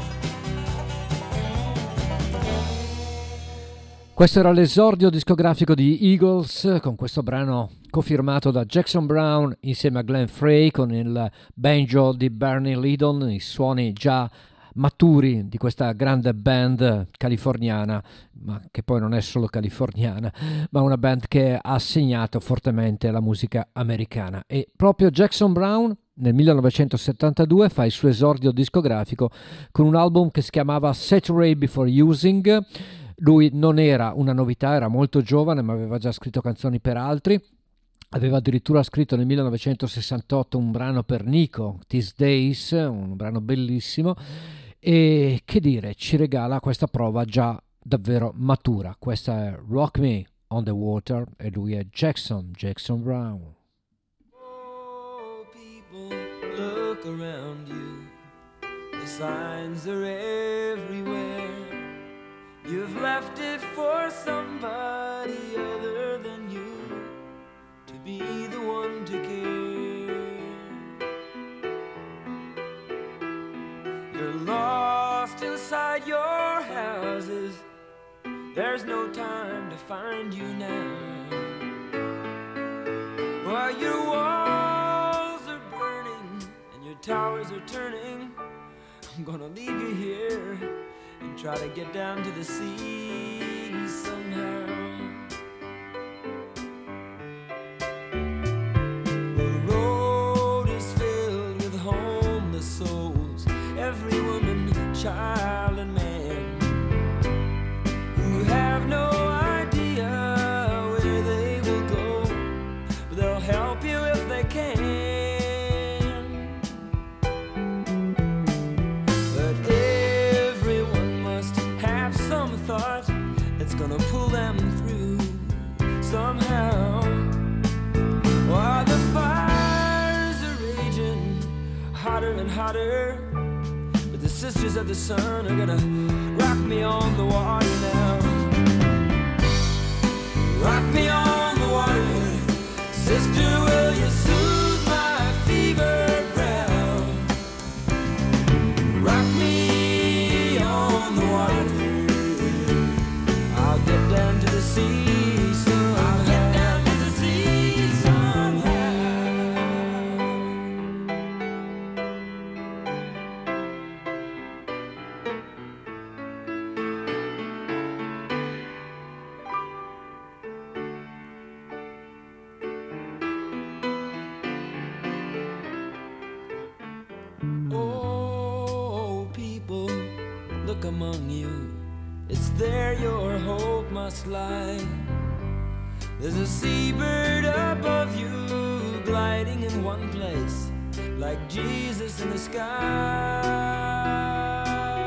Questo era l'esordio discografico di Eagles con questo brano cofirmato da Jackson Browne insieme a Glenn Frey con il banjo di Bernie Lidon, i suoni già maturi di questa grande band californiana, ma che poi non è solo californiana, ma una band che ha segnato fortemente la musica americana. E proprio Jackson Browne nel 1972 fa il suo esordio discografico con un album che si chiamava Saturate Before Using. Lui non era una novità, era molto giovane, ma aveva già scritto canzoni per altri. Aveva addirittura scritto nel 1968 un brano per Nico, These Days, un brano bellissimo, e che dire, ci regala questa prova già davvero matura. Questa è Rock Me on the Water e lui è Jackson Browne. Oh, people, look around you. The signs are everywhere. You've left it for somebody other than you to be the one to care. You're lost inside your houses. There's no time to find you now. While your walls are burning and your towers are turning, I'm gonna leave you here and try to get down to the sea somehow. The road is filled with homeless souls, every woman, child and man, who have no idea where they will go, but they'll help you if they can. But everyone must have some thought that's gonna pull them sisters of the sun are gonna rock me on the water now. Rock me on the water, sister, will you soothe my fever brow? Rock me on the water, I'll get down to the sea somehow. I'll get down to the sea somehow. Oh, people, look among you. It's there your hope must lie. There's a seabird above you, gliding in one place, like Jesus in the sky.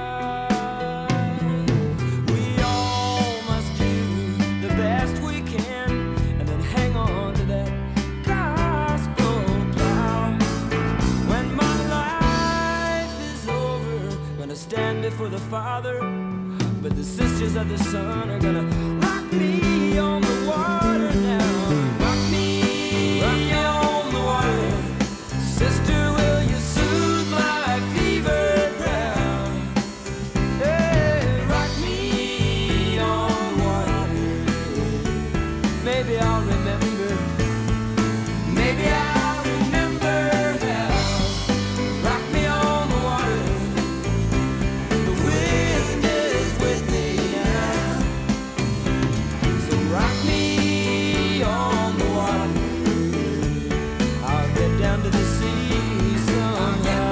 We all must do the best we can, and then hang on to that gospel plow. When my life is over, gonna stand before the Father, but the sisters of the sun are gonna rock me on the water now. Rock me on the water, sister, will you soothe my fever brow? Hey, rock me on the water, maybe I'll remember, maybe I'll remember how. Rock me on the water, the wind is with me now. So rock me on the water, I'll get down to the sea somehow.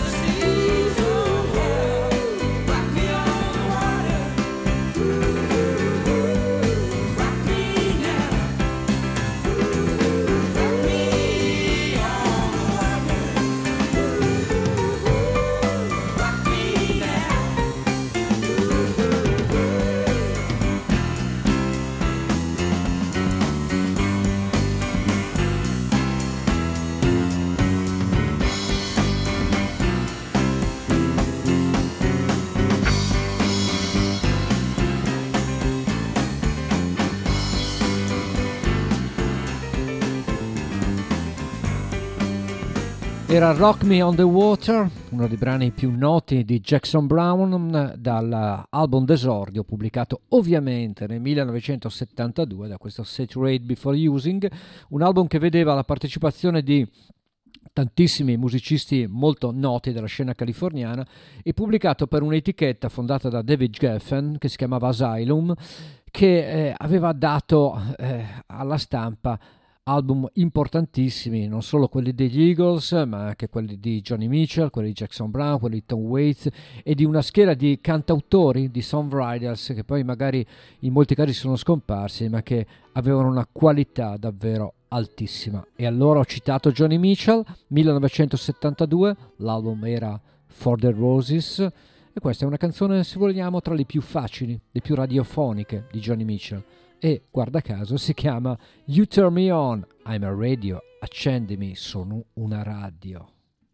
Rock me on the water, rock me now. Rock me on the water, rock me now. Era Rock Me on the Water, uno dei brani più noti di Jackson Browne, dall'album d'esordio pubblicato ovviamente nel 1972 da questo Saturate Before Using, un album che vedeva la partecipazione di tantissimi musicisti molto noti della scena californiana e pubblicato per un'etichetta fondata da David Geffen che si chiamava Asylum, che aveva dato alla stampa album importantissimi, non solo quelli degli Eagles, ma anche quelli di Johnny Mitchell, quelli di Jackson Browne, quelli di Tom Waits e di una schiera di cantautori, di songwriters che poi magari in molti casi sono scomparsi, ma che avevano una qualità davvero altissima. E allora ho citato Johnny Mitchell, 1972, l'album era For the Roses e questa è una canzone, se vogliamo, tra le più facili, le più radiofoniche di Johnny Mitchell. E, guarda caso, si chiama You Turn Me On, I'm a Radio, accendimi, sono una radio.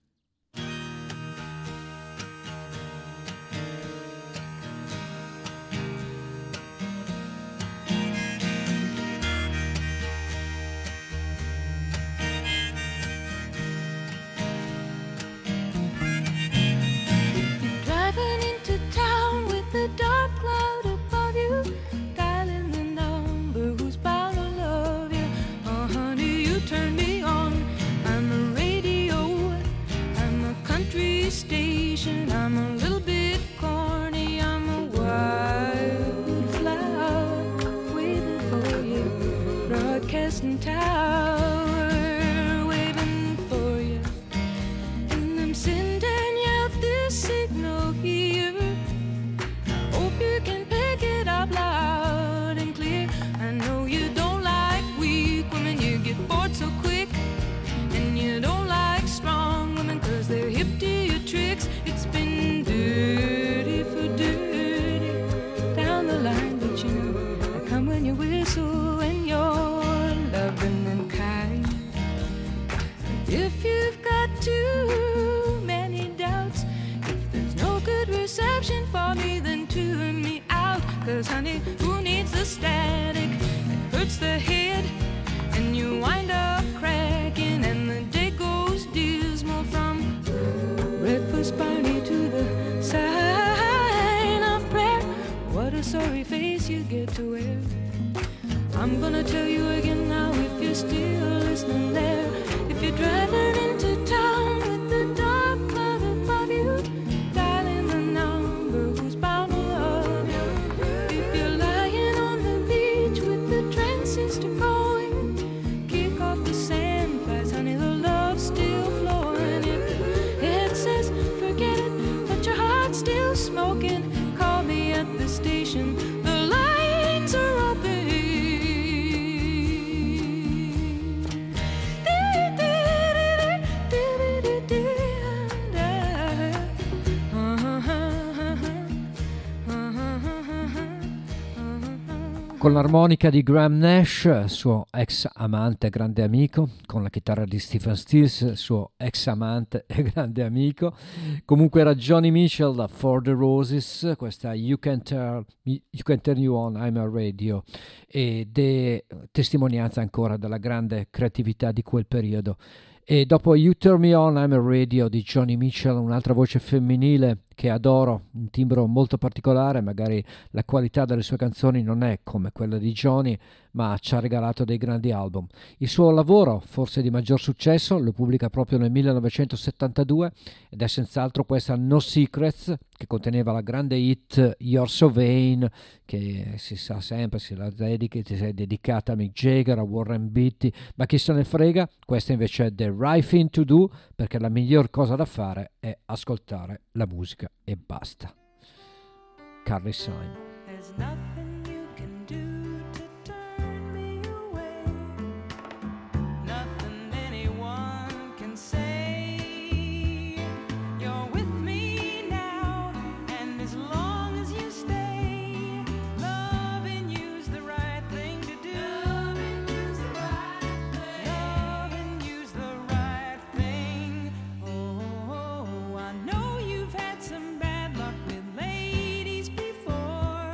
Driving into town with a dark cloud above you, dialing the number who's bound to love you. Oh, honey, you turn me on. I'm a radio, I'm a country station, I'm a little bit corny, I'm a wildflower waiting for you, broadcasting tower waiting for you, and I'm sending out this signal here. I hope you can pick it up loud and clear. I know you don't like weak women, you get bored so quick, and you don't like strong women 'cause they're hip to your tricks. It's been dirty for dirty down the line, but you know I come when you whistle and you're loving and kind. If you've got too many doubts, if there's no good 'cause honey, who needs the static? It hurts the head, and you wind up cracking, and the day goes dismal from breakfast party to the sign of prayer. What a sorry face you get to wear. I'm gonna tell you again now, if you're still listening there. If you're driving into town with the dark cloud above you, dialing the number who's bound to love you. If you're lying on the beach with the transistor going, kick off the sand flies, honey, the love's still flowing. If it says forget it, but your heart's still smoking, call me at the station, the lines are open. Con l'armonica di Graham Nash, suo ex amante e grande amico, con la chitarra di Stephen Stills, suo ex amante e grande amico. Comunque era Johnny Mitchell da For the Roses, questa You Can Turn You On, I'm a Radio, ed è testimonianza ancora della grande creatività di quel periodo. E dopo You Turn Me On, I'm a Radio di Johnny Mitchell, un'altra voce femminile che adoro, un timbro molto particolare, magari la qualità delle sue canzoni non è come quella di Johnny, ma ci ha regalato dei grandi album. Il suo lavoro, forse di maggior successo, lo pubblica proprio nel 1972 ed è senz'altro questa No Secrets, che conteneva la grande hit You're So Vain, che si sa sempre, si è dedicata a Mick Jagger, a Warren Beatty, ma chi se ne frega, questa invece è The Right Thing to Do, perché la miglior cosa da fare è ascoltare la musica e basta. Carly Simon. There's nothing you can do to turn me away. Nothing anyone can say. You're with me now, and as long as you stay, loving you's the right thing to do. Loving you's the right thing. Oh, I know you've had some bad luck with ladies before.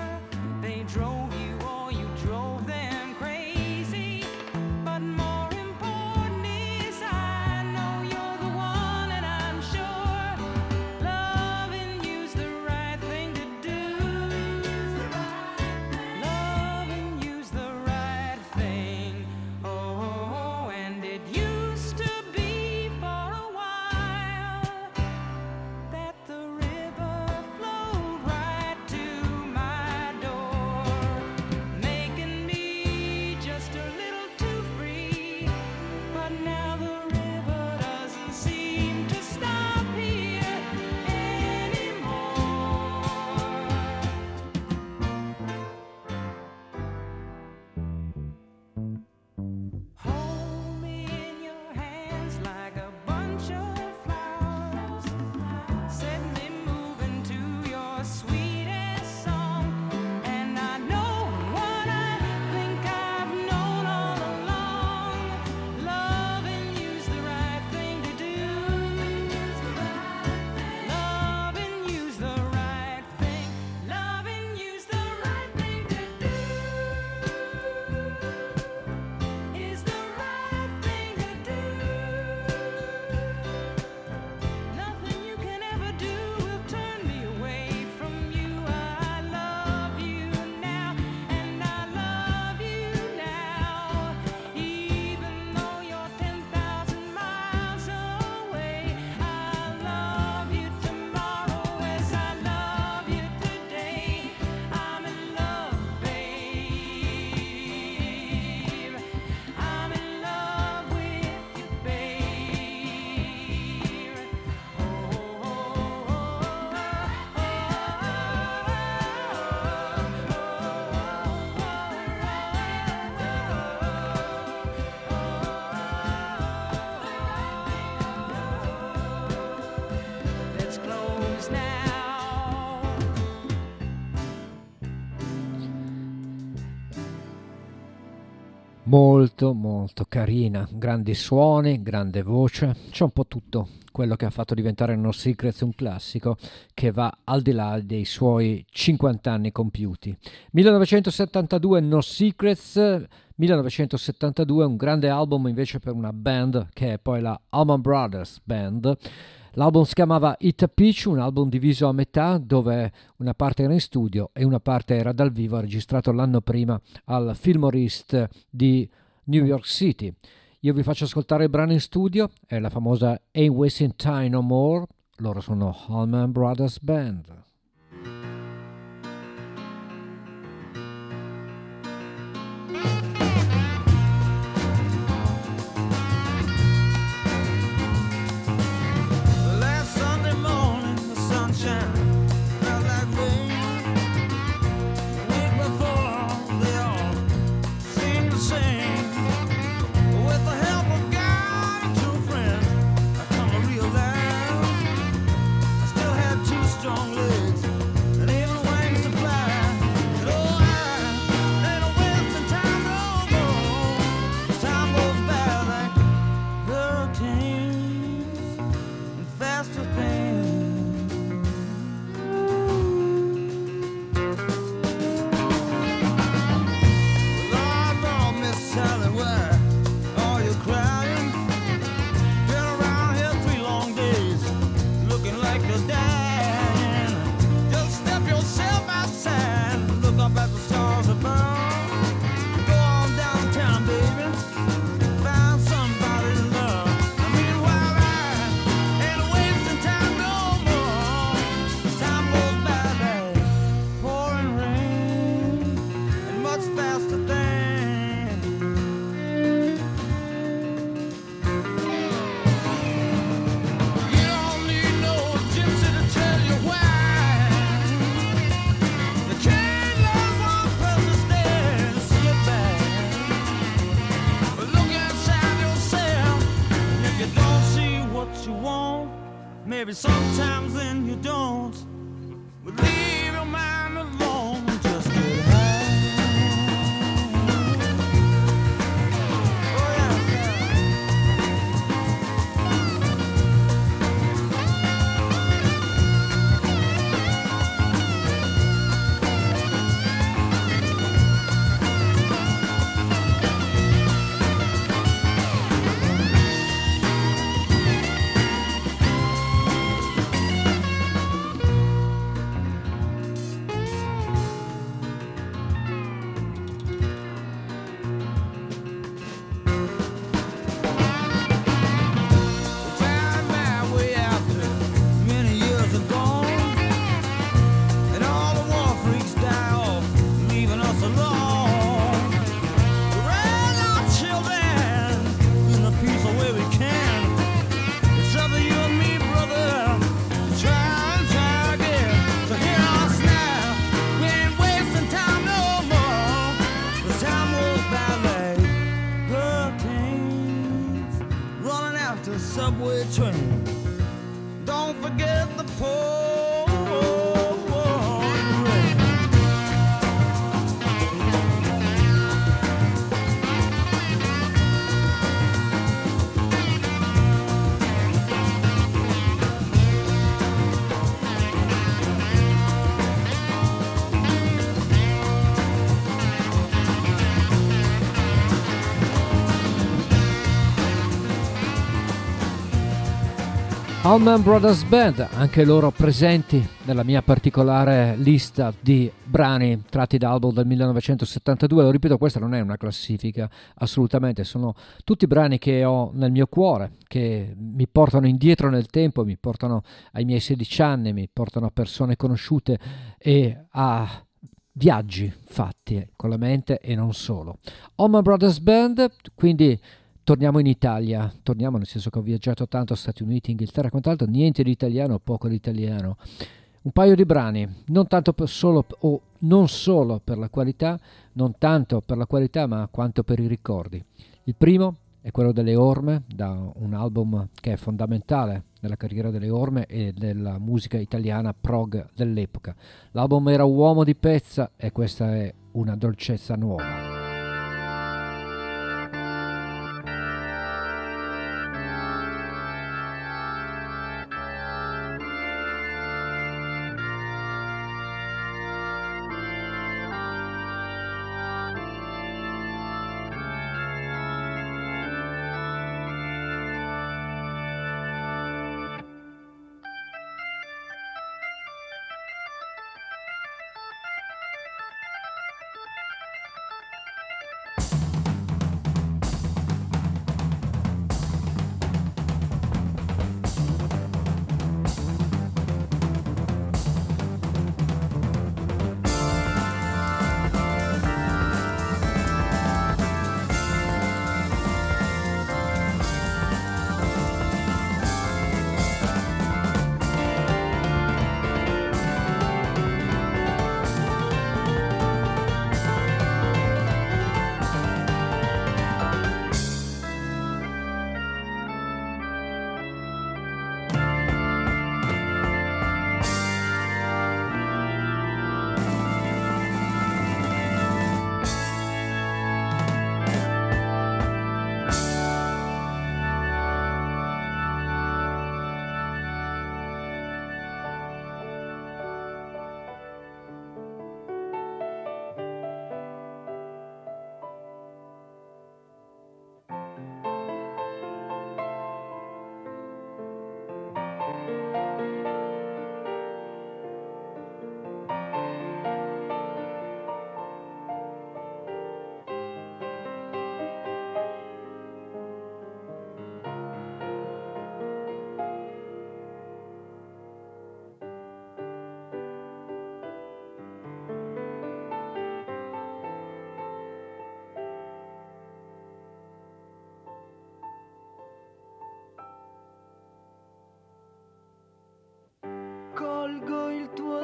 Molto molto carina, grandi suoni, grande voce, c'è un po' tutto quello che ha fatto diventare No Secrets un classico che va al di là dei suoi 50 anni compiuti. 1972 No Secrets, 1972 un grande album invece per una band che è poi la Allman Brothers Band. L'album si chiamava Eat a Peach, un album diviso a metà dove una parte era in studio e una parte era dal vivo, registrato l'anno prima al Fillmore East di New York City. Io vi faccio ascoltare il brano in studio, è la famosa Ain't Wasting Time No More, loro sono Allman Brothers Band. Last Sunday morning, the sunshine felt like rain. The week before, they all seemed the same. With the help of God and true friends, I come to realize I still have two strong legs and even wings to fly. And oh, I ain't wasting time no more. As time goes by like hurricanes and faster things. Lord, Lord, Miss Sally, why are you crying? Been around here 3 long days, looking like you're dying. Just step yourself outside, look up at the stars above. Go on downtown, baby, find somebody to love. I mean, while I ain't wasting time no more. As time goes by like pouring rain and much faster things. You don't need no gypsy to tell you why. You can't let one person stay and slip back. But look inside yourself, and if you don't see what you want, maybe sometimes then you don't. But leave your mind alone and just get high. Oh yeah, yeah. Found my way out there many years ago, and all the war freaks die off, leaving us alone. Raise our children in the peaceful way we can. It's up to you and me, brother, to try and try again. So hear us now, we ain't wasting time no more. The time goes by like hurricanes running after subway trains. Don't forget the poor rain. Allman Brothers Band, anche loro presenti nella mia particolare lista di brani tratti da album del 1972. Lo ripeto, questa non è una classifica, assolutamente, sono tutti brani che ho nel mio cuore, che mi portano indietro nel tempo, mi portano ai miei 16 anni, mi portano a persone conosciute e a viaggi fatti con la mente e non solo. Allman Brothers Band, quindi torniamo in Italia, torniamo nel senso che ho viaggiato tanto, Stati Uniti, Inghilterra, quant'altro, niente di italiano, poco di italiano. Un paio di brani, non tanto per solo, o non solo per la qualità, non tanto per la qualità, ma quanto per i ricordi. Il primo è quello delle Orme, da un album che è fondamentale nella carriera delle Orme e della musica italiana prog dell'epoca. L'album era Uomo di Pezza e questa è Una dolcezza nuova.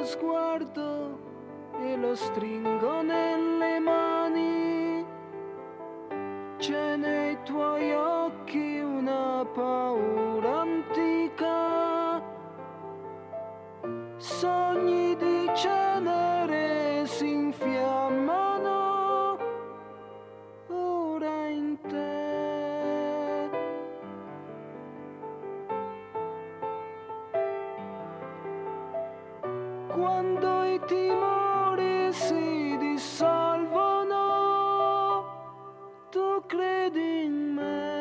sguardo e lo stringo nelle mani. C'è nei tuoi occhi una paura antica, sogni di cenere si infiammano ora in te. Quando i timori si dissolvono, tu credi in me.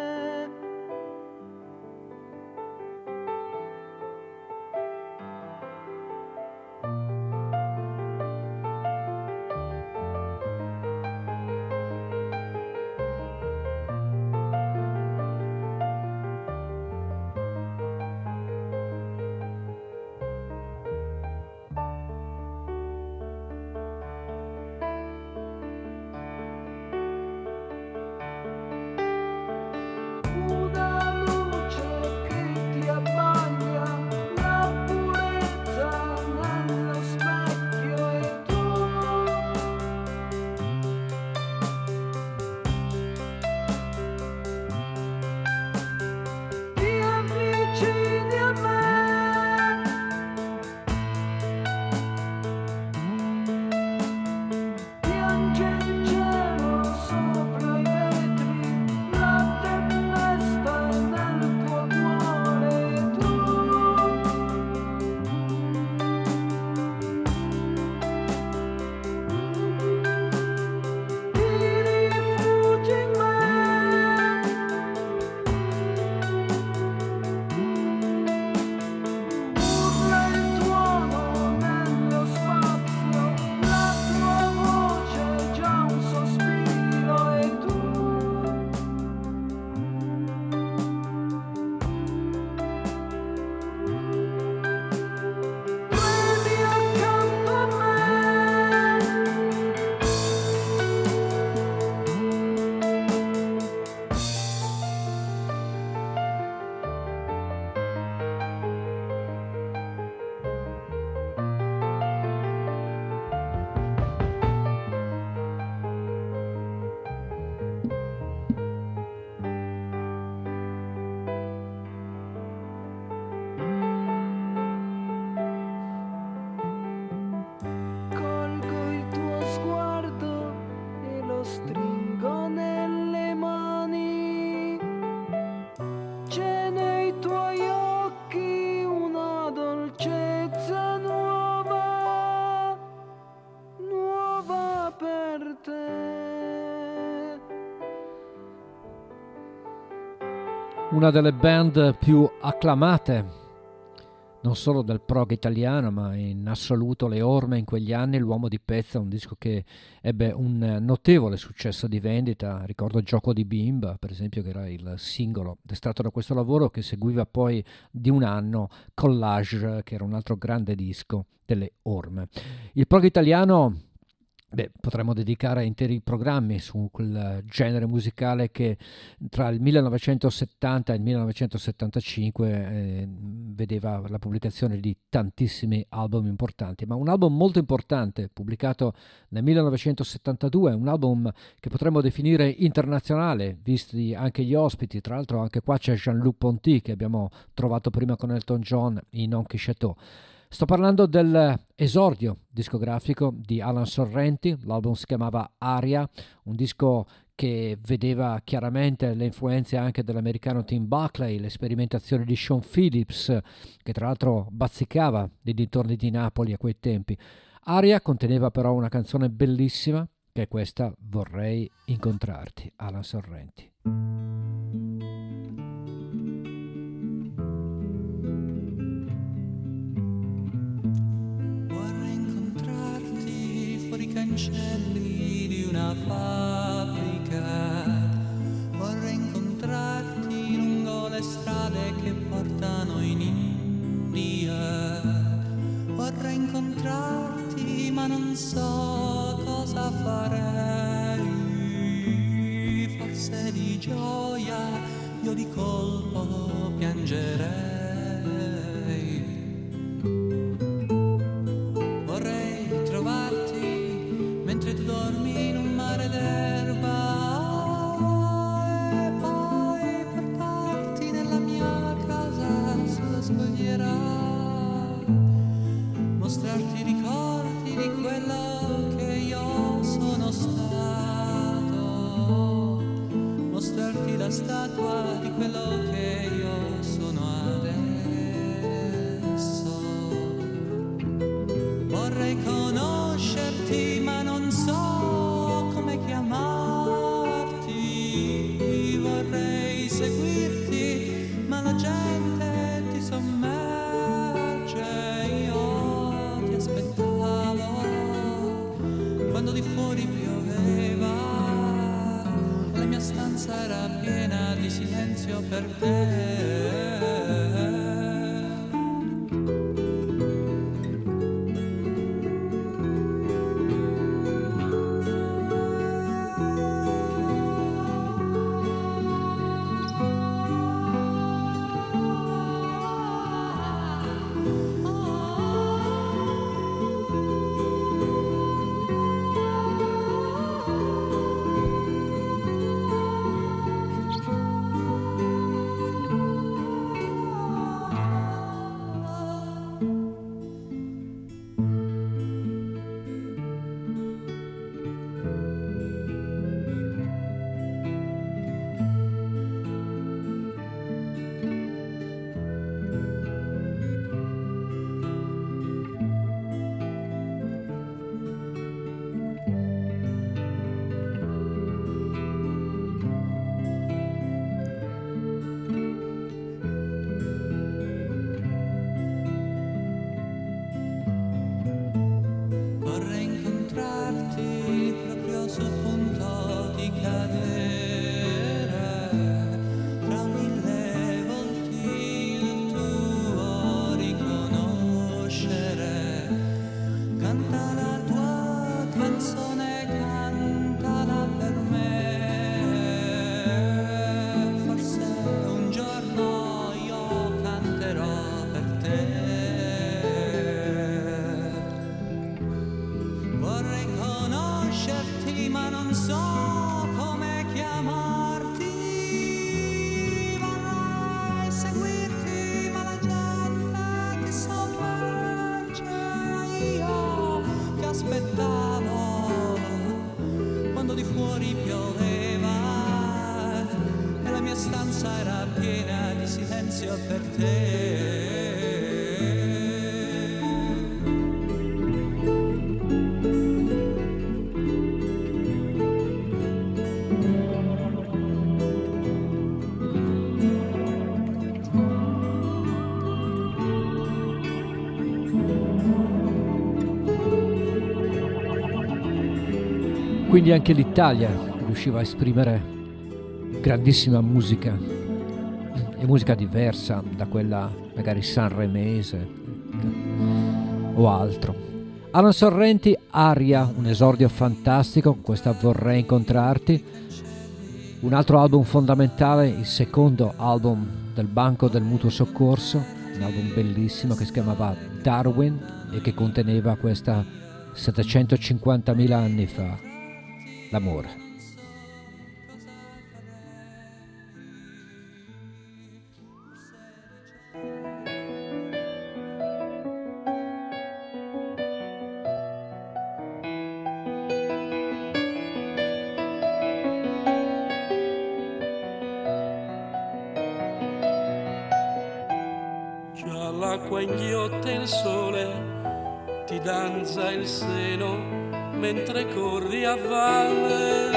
Una luce che ti abbaglia la purezza nello specchio e tu ti avvicini a me. Piange il cielo sopra i vetri, la tempesta è nel tuo cuore e tu ti rifugi in me. Urla il tuono nello spazio, la tua voce è già un sospiro e tu tremi accanto a me. Colgo il tuo sguardo e lo stringo nelle mani. C'è nei tuoi occhi una dolcezza nuova, nuova per te. Una delle band più acclamate non solo del prog italiano, ma in assoluto le orme in quegli anni. L'Uomo di Pezza, un disco che ebbe un notevole successo di vendita. Ricordo Gioco di Bimba, per esempio, che era il singolo estratto da questo lavoro, che seguiva poi di un anno Collage, che era un altro grande disco delle orme. Il prog italiano, potremmo dedicare interi programmi su quel genere musicale che tra il 1970 e il 1975 vedeva la pubblicazione di tantissimi album importanti, ma un album molto importante pubblicato nel 1972, un album che potremmo definire internazionale, visti anche gli ospiti. Tra l'altro anche qua c'è Jean-Luc Ponty, che abbiamo trovato prima con Elton John in Don Chateau. Sto parlando dell'esordio discografico di Alan Sorrenti. L'album si chiamava Aria, un disco che vedeva chiaramente le influenze anche dell'americano Tim Buckley, le sperimentazioni di Sean Phillips, che tra l'altro bazzicava nei dintorni di Napoli a quei tempi. Aria conteneva però una canzone bellissima, che è questa, Vorrei incontrarti, Alan Sorrenti. Fuori i cancelli di una fabbrica, vorrei incontrarti lungo le strade che portano in India, vorrei incontrarti ma non so cosa farei, forse di gioia io di colpo piangerei. mentre tu dormi in un mare d'erba e poi portarti nella mia casa sulla scogliera, mostrarti i ricordi di quello che io sono stato, mostrarti la statua di quello che io sono adesso. Vorrei conoscerti ma non so come chiamarti, vorrei seguirti ma la gente ti sommerge, io ti aspettavo quando di fuori pioveva, la mia stanza era piena di silenzio per te. Vorrei incontrarti proprio sul punto di cadere, tra mille volti il tuo riconoscere. Canta la tua canzone, cantala per me, forse un giorno io canterò per te. Vorrei conoscerti ma non so come chiamarti, vorrei seguirti ma la gente ti sommerge, io ti aspettavo quando di fuori pioveva e la mia stanza era piena di silenzio per te. Quindi anche l'Italia riusciva a esprimere grandissima musica, e musica diversa da quella magari sanremese o altro. Alan Sorrenti, Aria, un esordio fantastico, questa Vorrei incontrarti, un altro album fondamentale, il secondo album del Banco del Mutuo Soccorso, un album bellissimo che si chiamava Darwin e che conteneva questa 750.000 anni fa, l'amore. Già l'acqua inghiotte il sole, ti danza il seno mentre corri a valle.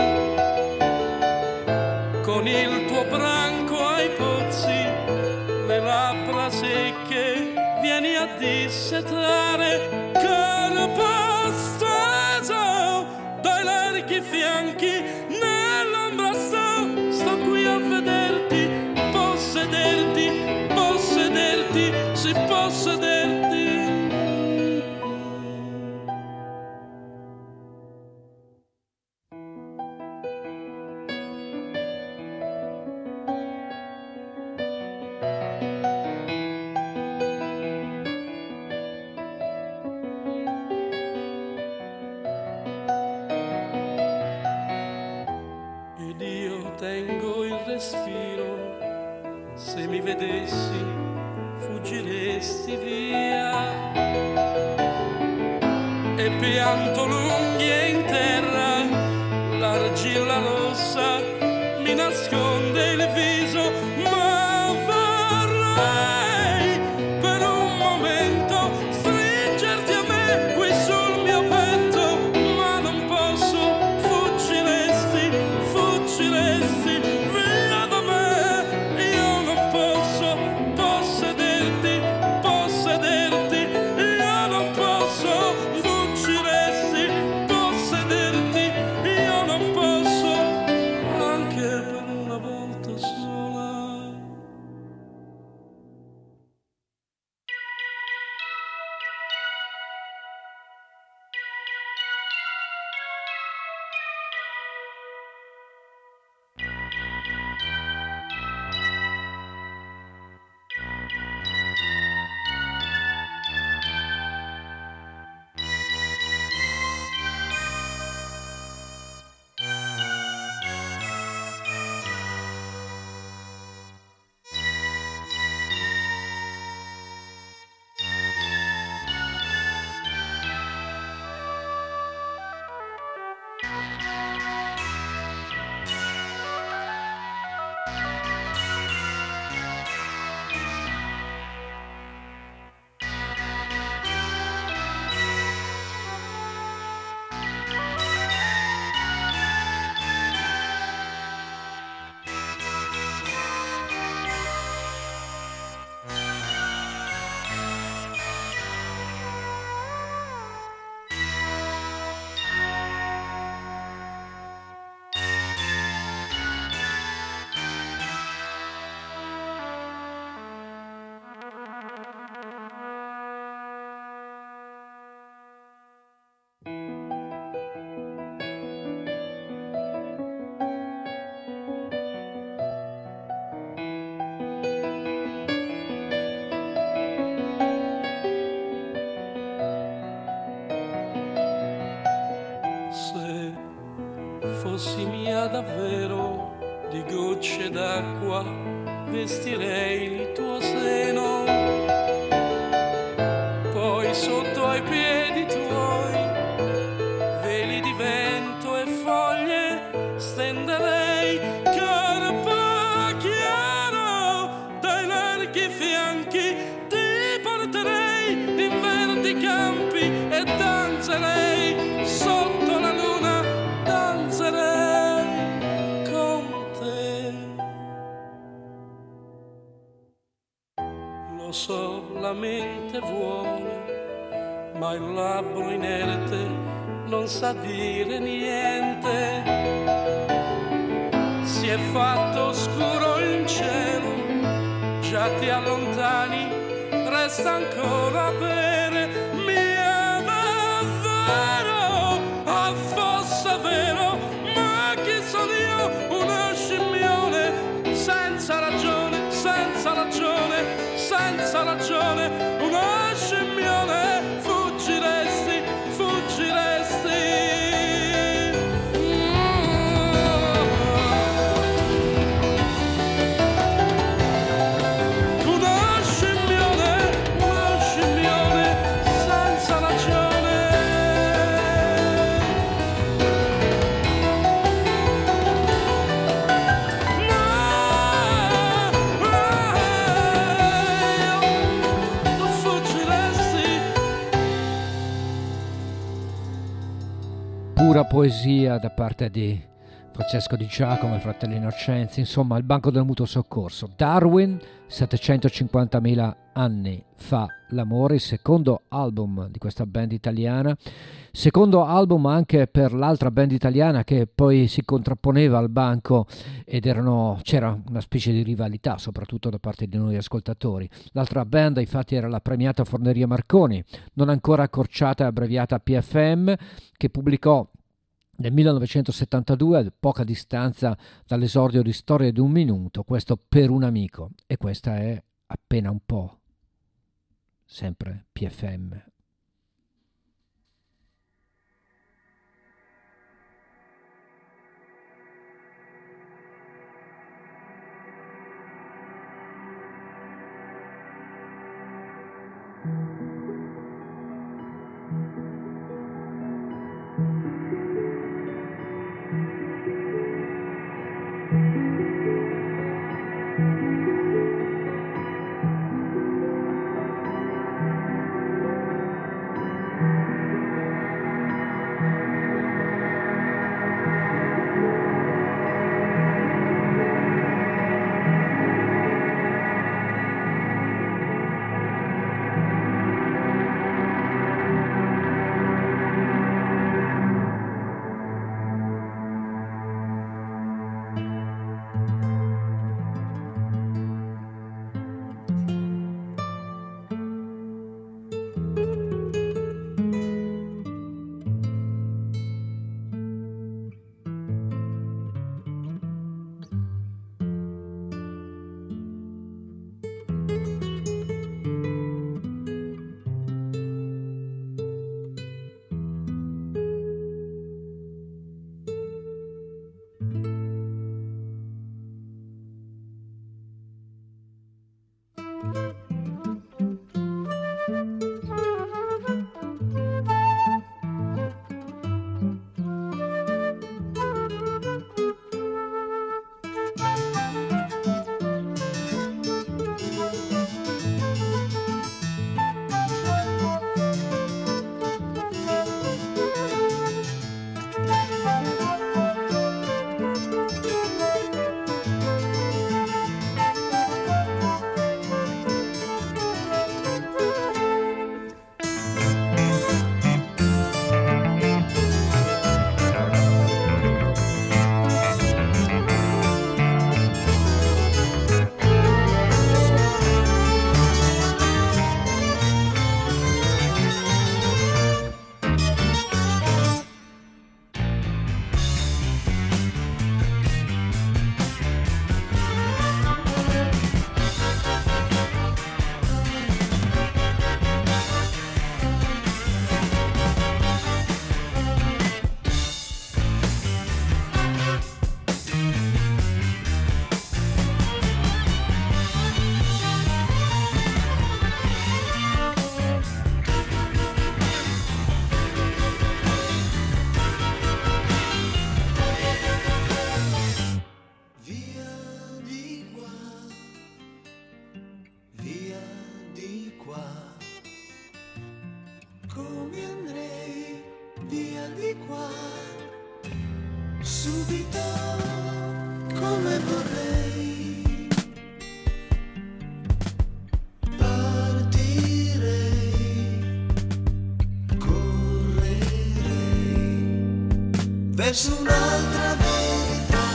Con il tuo branco ai pozzi, le labbra secche, vieni a dissetare. Corpo steso dai larghi fianchi, nell'ombra sto qui a vederti, possederti, si possederti. se mi vedessi fuggiresti via. E pianto l'unghie in terra, l'argilla rossa mi nasconde il viso, ma vorrei per un momento stringerti a me qui sul mio petto, ma non posso, fuggiresti, fuggiresti via da me, io non posso possederti, possederti, io non posso, fuggiresti, possederti, io non posso, anche per una volta sola. Se fossi mia davvero, di gocce d'acqua vestirei il tuo seno, poi sotto ai piedi tuoi veli di vento e foglie stenderei, carpa chiaro dai larghi fianchi ti porterei in verdi campi e danzerei sotto la luna, danzerei con te. Lo so, la mente vuole, ma il labbro inerte non sa dire niente. Si è fatto scuro il cielo, già ti allontani, resta ancora bere, mia davvero, affossa vero, ma chi sono io, uno scimmione, senza ragione, senza ragione, senza ragione, uno scimmione, fuggiresti, fuggiresti. Uno scimmione, senza ragione. No, fuggiresti. Pura poesia da parte di Francesco Di Giacomo e Fratelli Innocenzi, insomma il banco del mutuo soccorso. Darwin, 750.000 anni fa l'amore, il secondo album di questa band italiana, secondo album anche per l'altra band italiana che poi si contrapponeva al banco ed c'era una specie di rivalità soprattutto da parte di noi ascoltatori. L'altra band infatti era la premiata Forneria Marconi, non ancora accorciata e abbreviata PFM, che pubblicò nel 1972, a poca distanza dall'esordio di Storia di un minuto, questo Per un amico, e questa è Appena un po', sempre PFM. subito come vorrei partirei, correrei verso un'altra verità.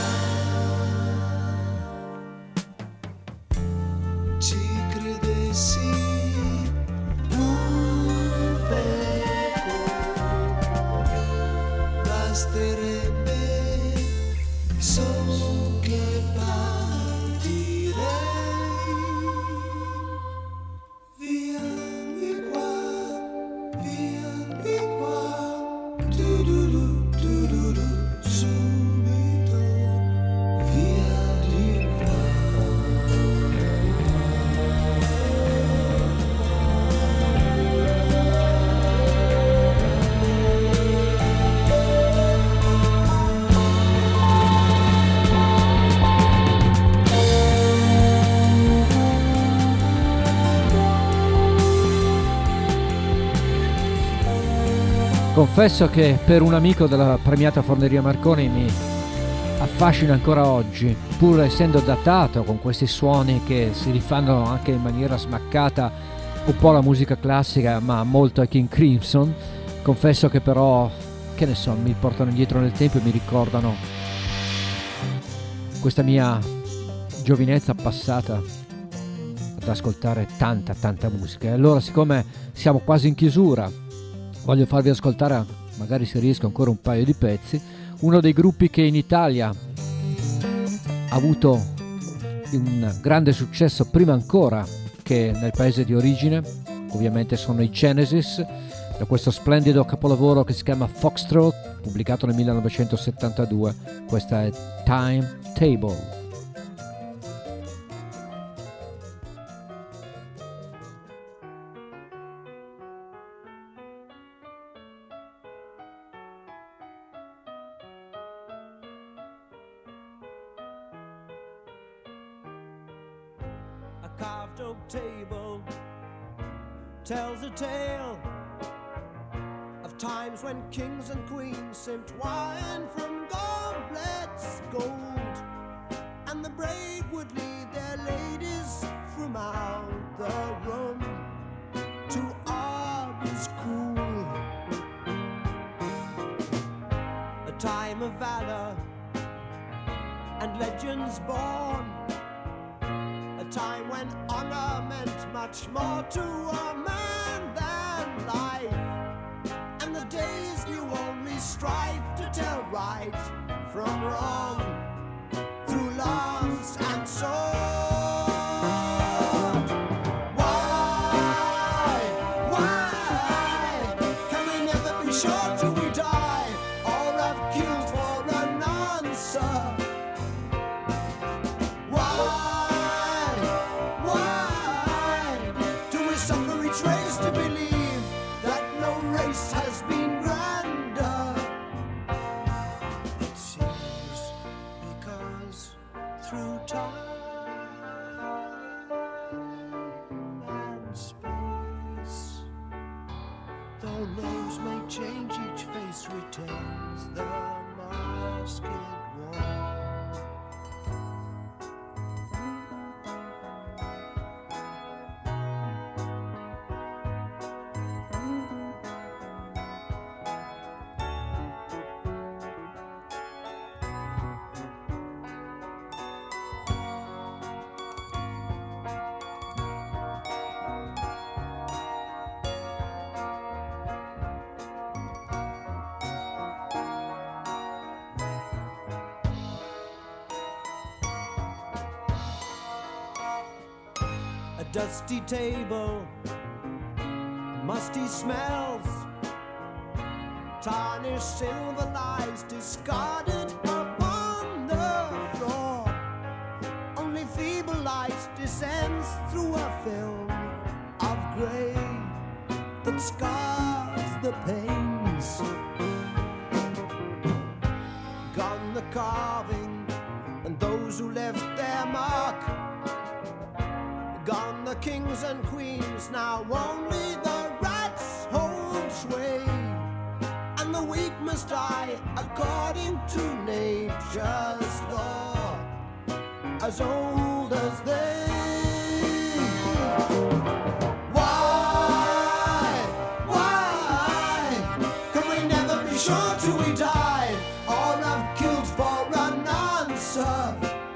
Ci credessi un poco, basterebbe solo che partirei. Via di qua, du-du-du, subito, via di qua. Confesso che per un amico della premiata Forneria Marconi mi affascina ancora oggi, pur essendo datato con questi suoni che si rifanno anche in maniera smaccata un po' alla musica classica, ma molto ai King Crimson. Confesso che però, che ne so, mi portano indietro nel tempo e mi ricordano questa mia giovinezza passata ad ascoltare tanta musica. E allora, siccome siamo quasi in chiusura, voglio farvi ascoltare, magari se riesco, ancora un paio di pezzi. Uno dei gruppi che in Italia ha avuto un grande successo prima ancora che nel paese di origine, ovviamente sono i Genesis, da questo splendido capolavoro che si chiama Foxtrot, pubblicato nel 1972. Questa è Timetable. Carved oak table tells a tale of times when kings and queens sipped wine from goblets gold, and the brave would lead their ladies from out the room to arbors cool. A time of valor and legends born, a time when honor meant much more to a man than life, and the days knew only strife to tell right from wrong through loves and sword. Why can we never be sure till we die, or have killed for an answer? To believe that no race has been grander. It seems because through time and space, though names may change, each face retains the masked one. Dusty table, musty smells, tarnished silver lies discarded upon the floor. Only feeble light descends through a film of grey that scars the pains. Gone the carving and those who left their mark, gone the kings and queens, now only the rats hold sway, and the weak must die according to nature's law, as old as they. Why can we never be sure till we die, or have killed for an answer?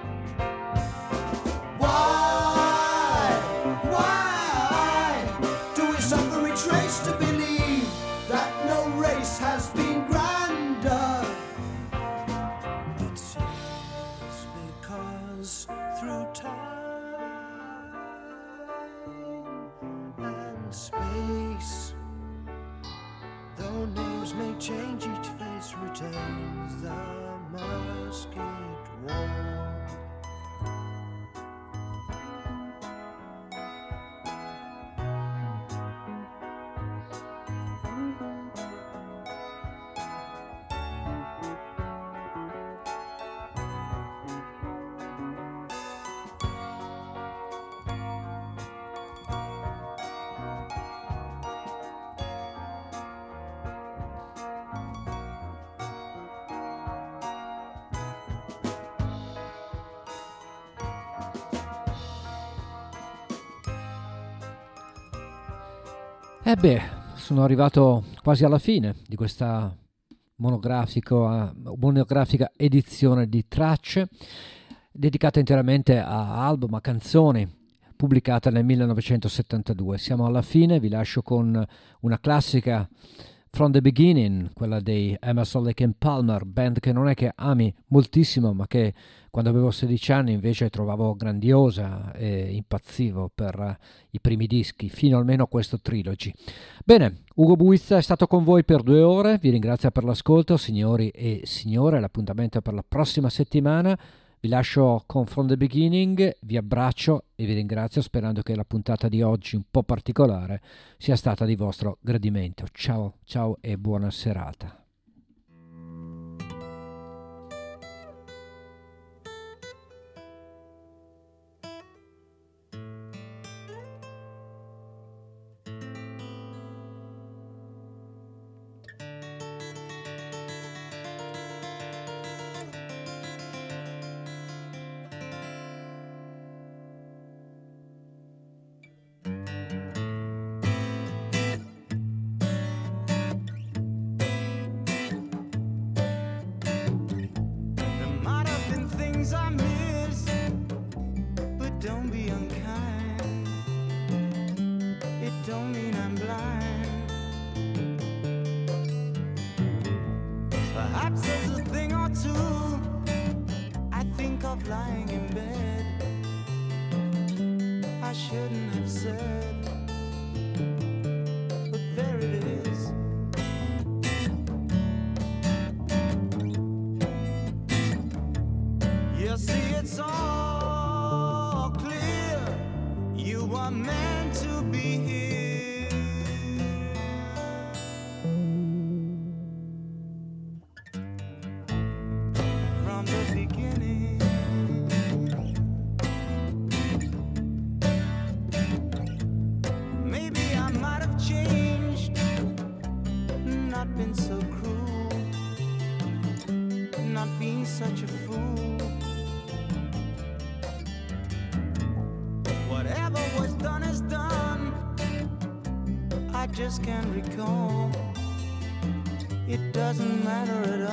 Why do we suffer retrace to believe that no race has been grander? It's because through time and space, though names may change, each face retains the musket war. Sono arrivato quasi alla fine di questa monografica edizione di Tracce, dedicata interamente a album, a canzoni, pubblicata nel 1972. Siamo alla fine, vi lascio con una classica, From the Beginning, quella dei Emerson, Lake and Palmer, band che non è che ami moltissimo, ma che quando avevo 16 anni invece trovavo grandiosa e impazzivo per i primi dischi, fino almeno a questo trilogy. Bene, Ugo Buizza è stato con voi per 2 ore, vi ringrazio per l'ascolto, signori e signore, l'appuntamento è per la prossima settimana. Vi lascio con From the Beginning, vi abbraccio e vi ringrazio, sperando che la puntata di oggi, un po' particolare, sia stata di vostro gradimento. Ciao, ciao e buona serata. I miss, but don't be unkind. It don't mean I'm blind. Perhaps there's a thing or two I think of lying in bed I shouldn't have said, but there it is. You see, it's all clear. You were meant to be here. From the beginning. Maybe I might have changed, not been so cruel, not been such a fool. Whatever was done is done. I just can't recall. It doesn't matter at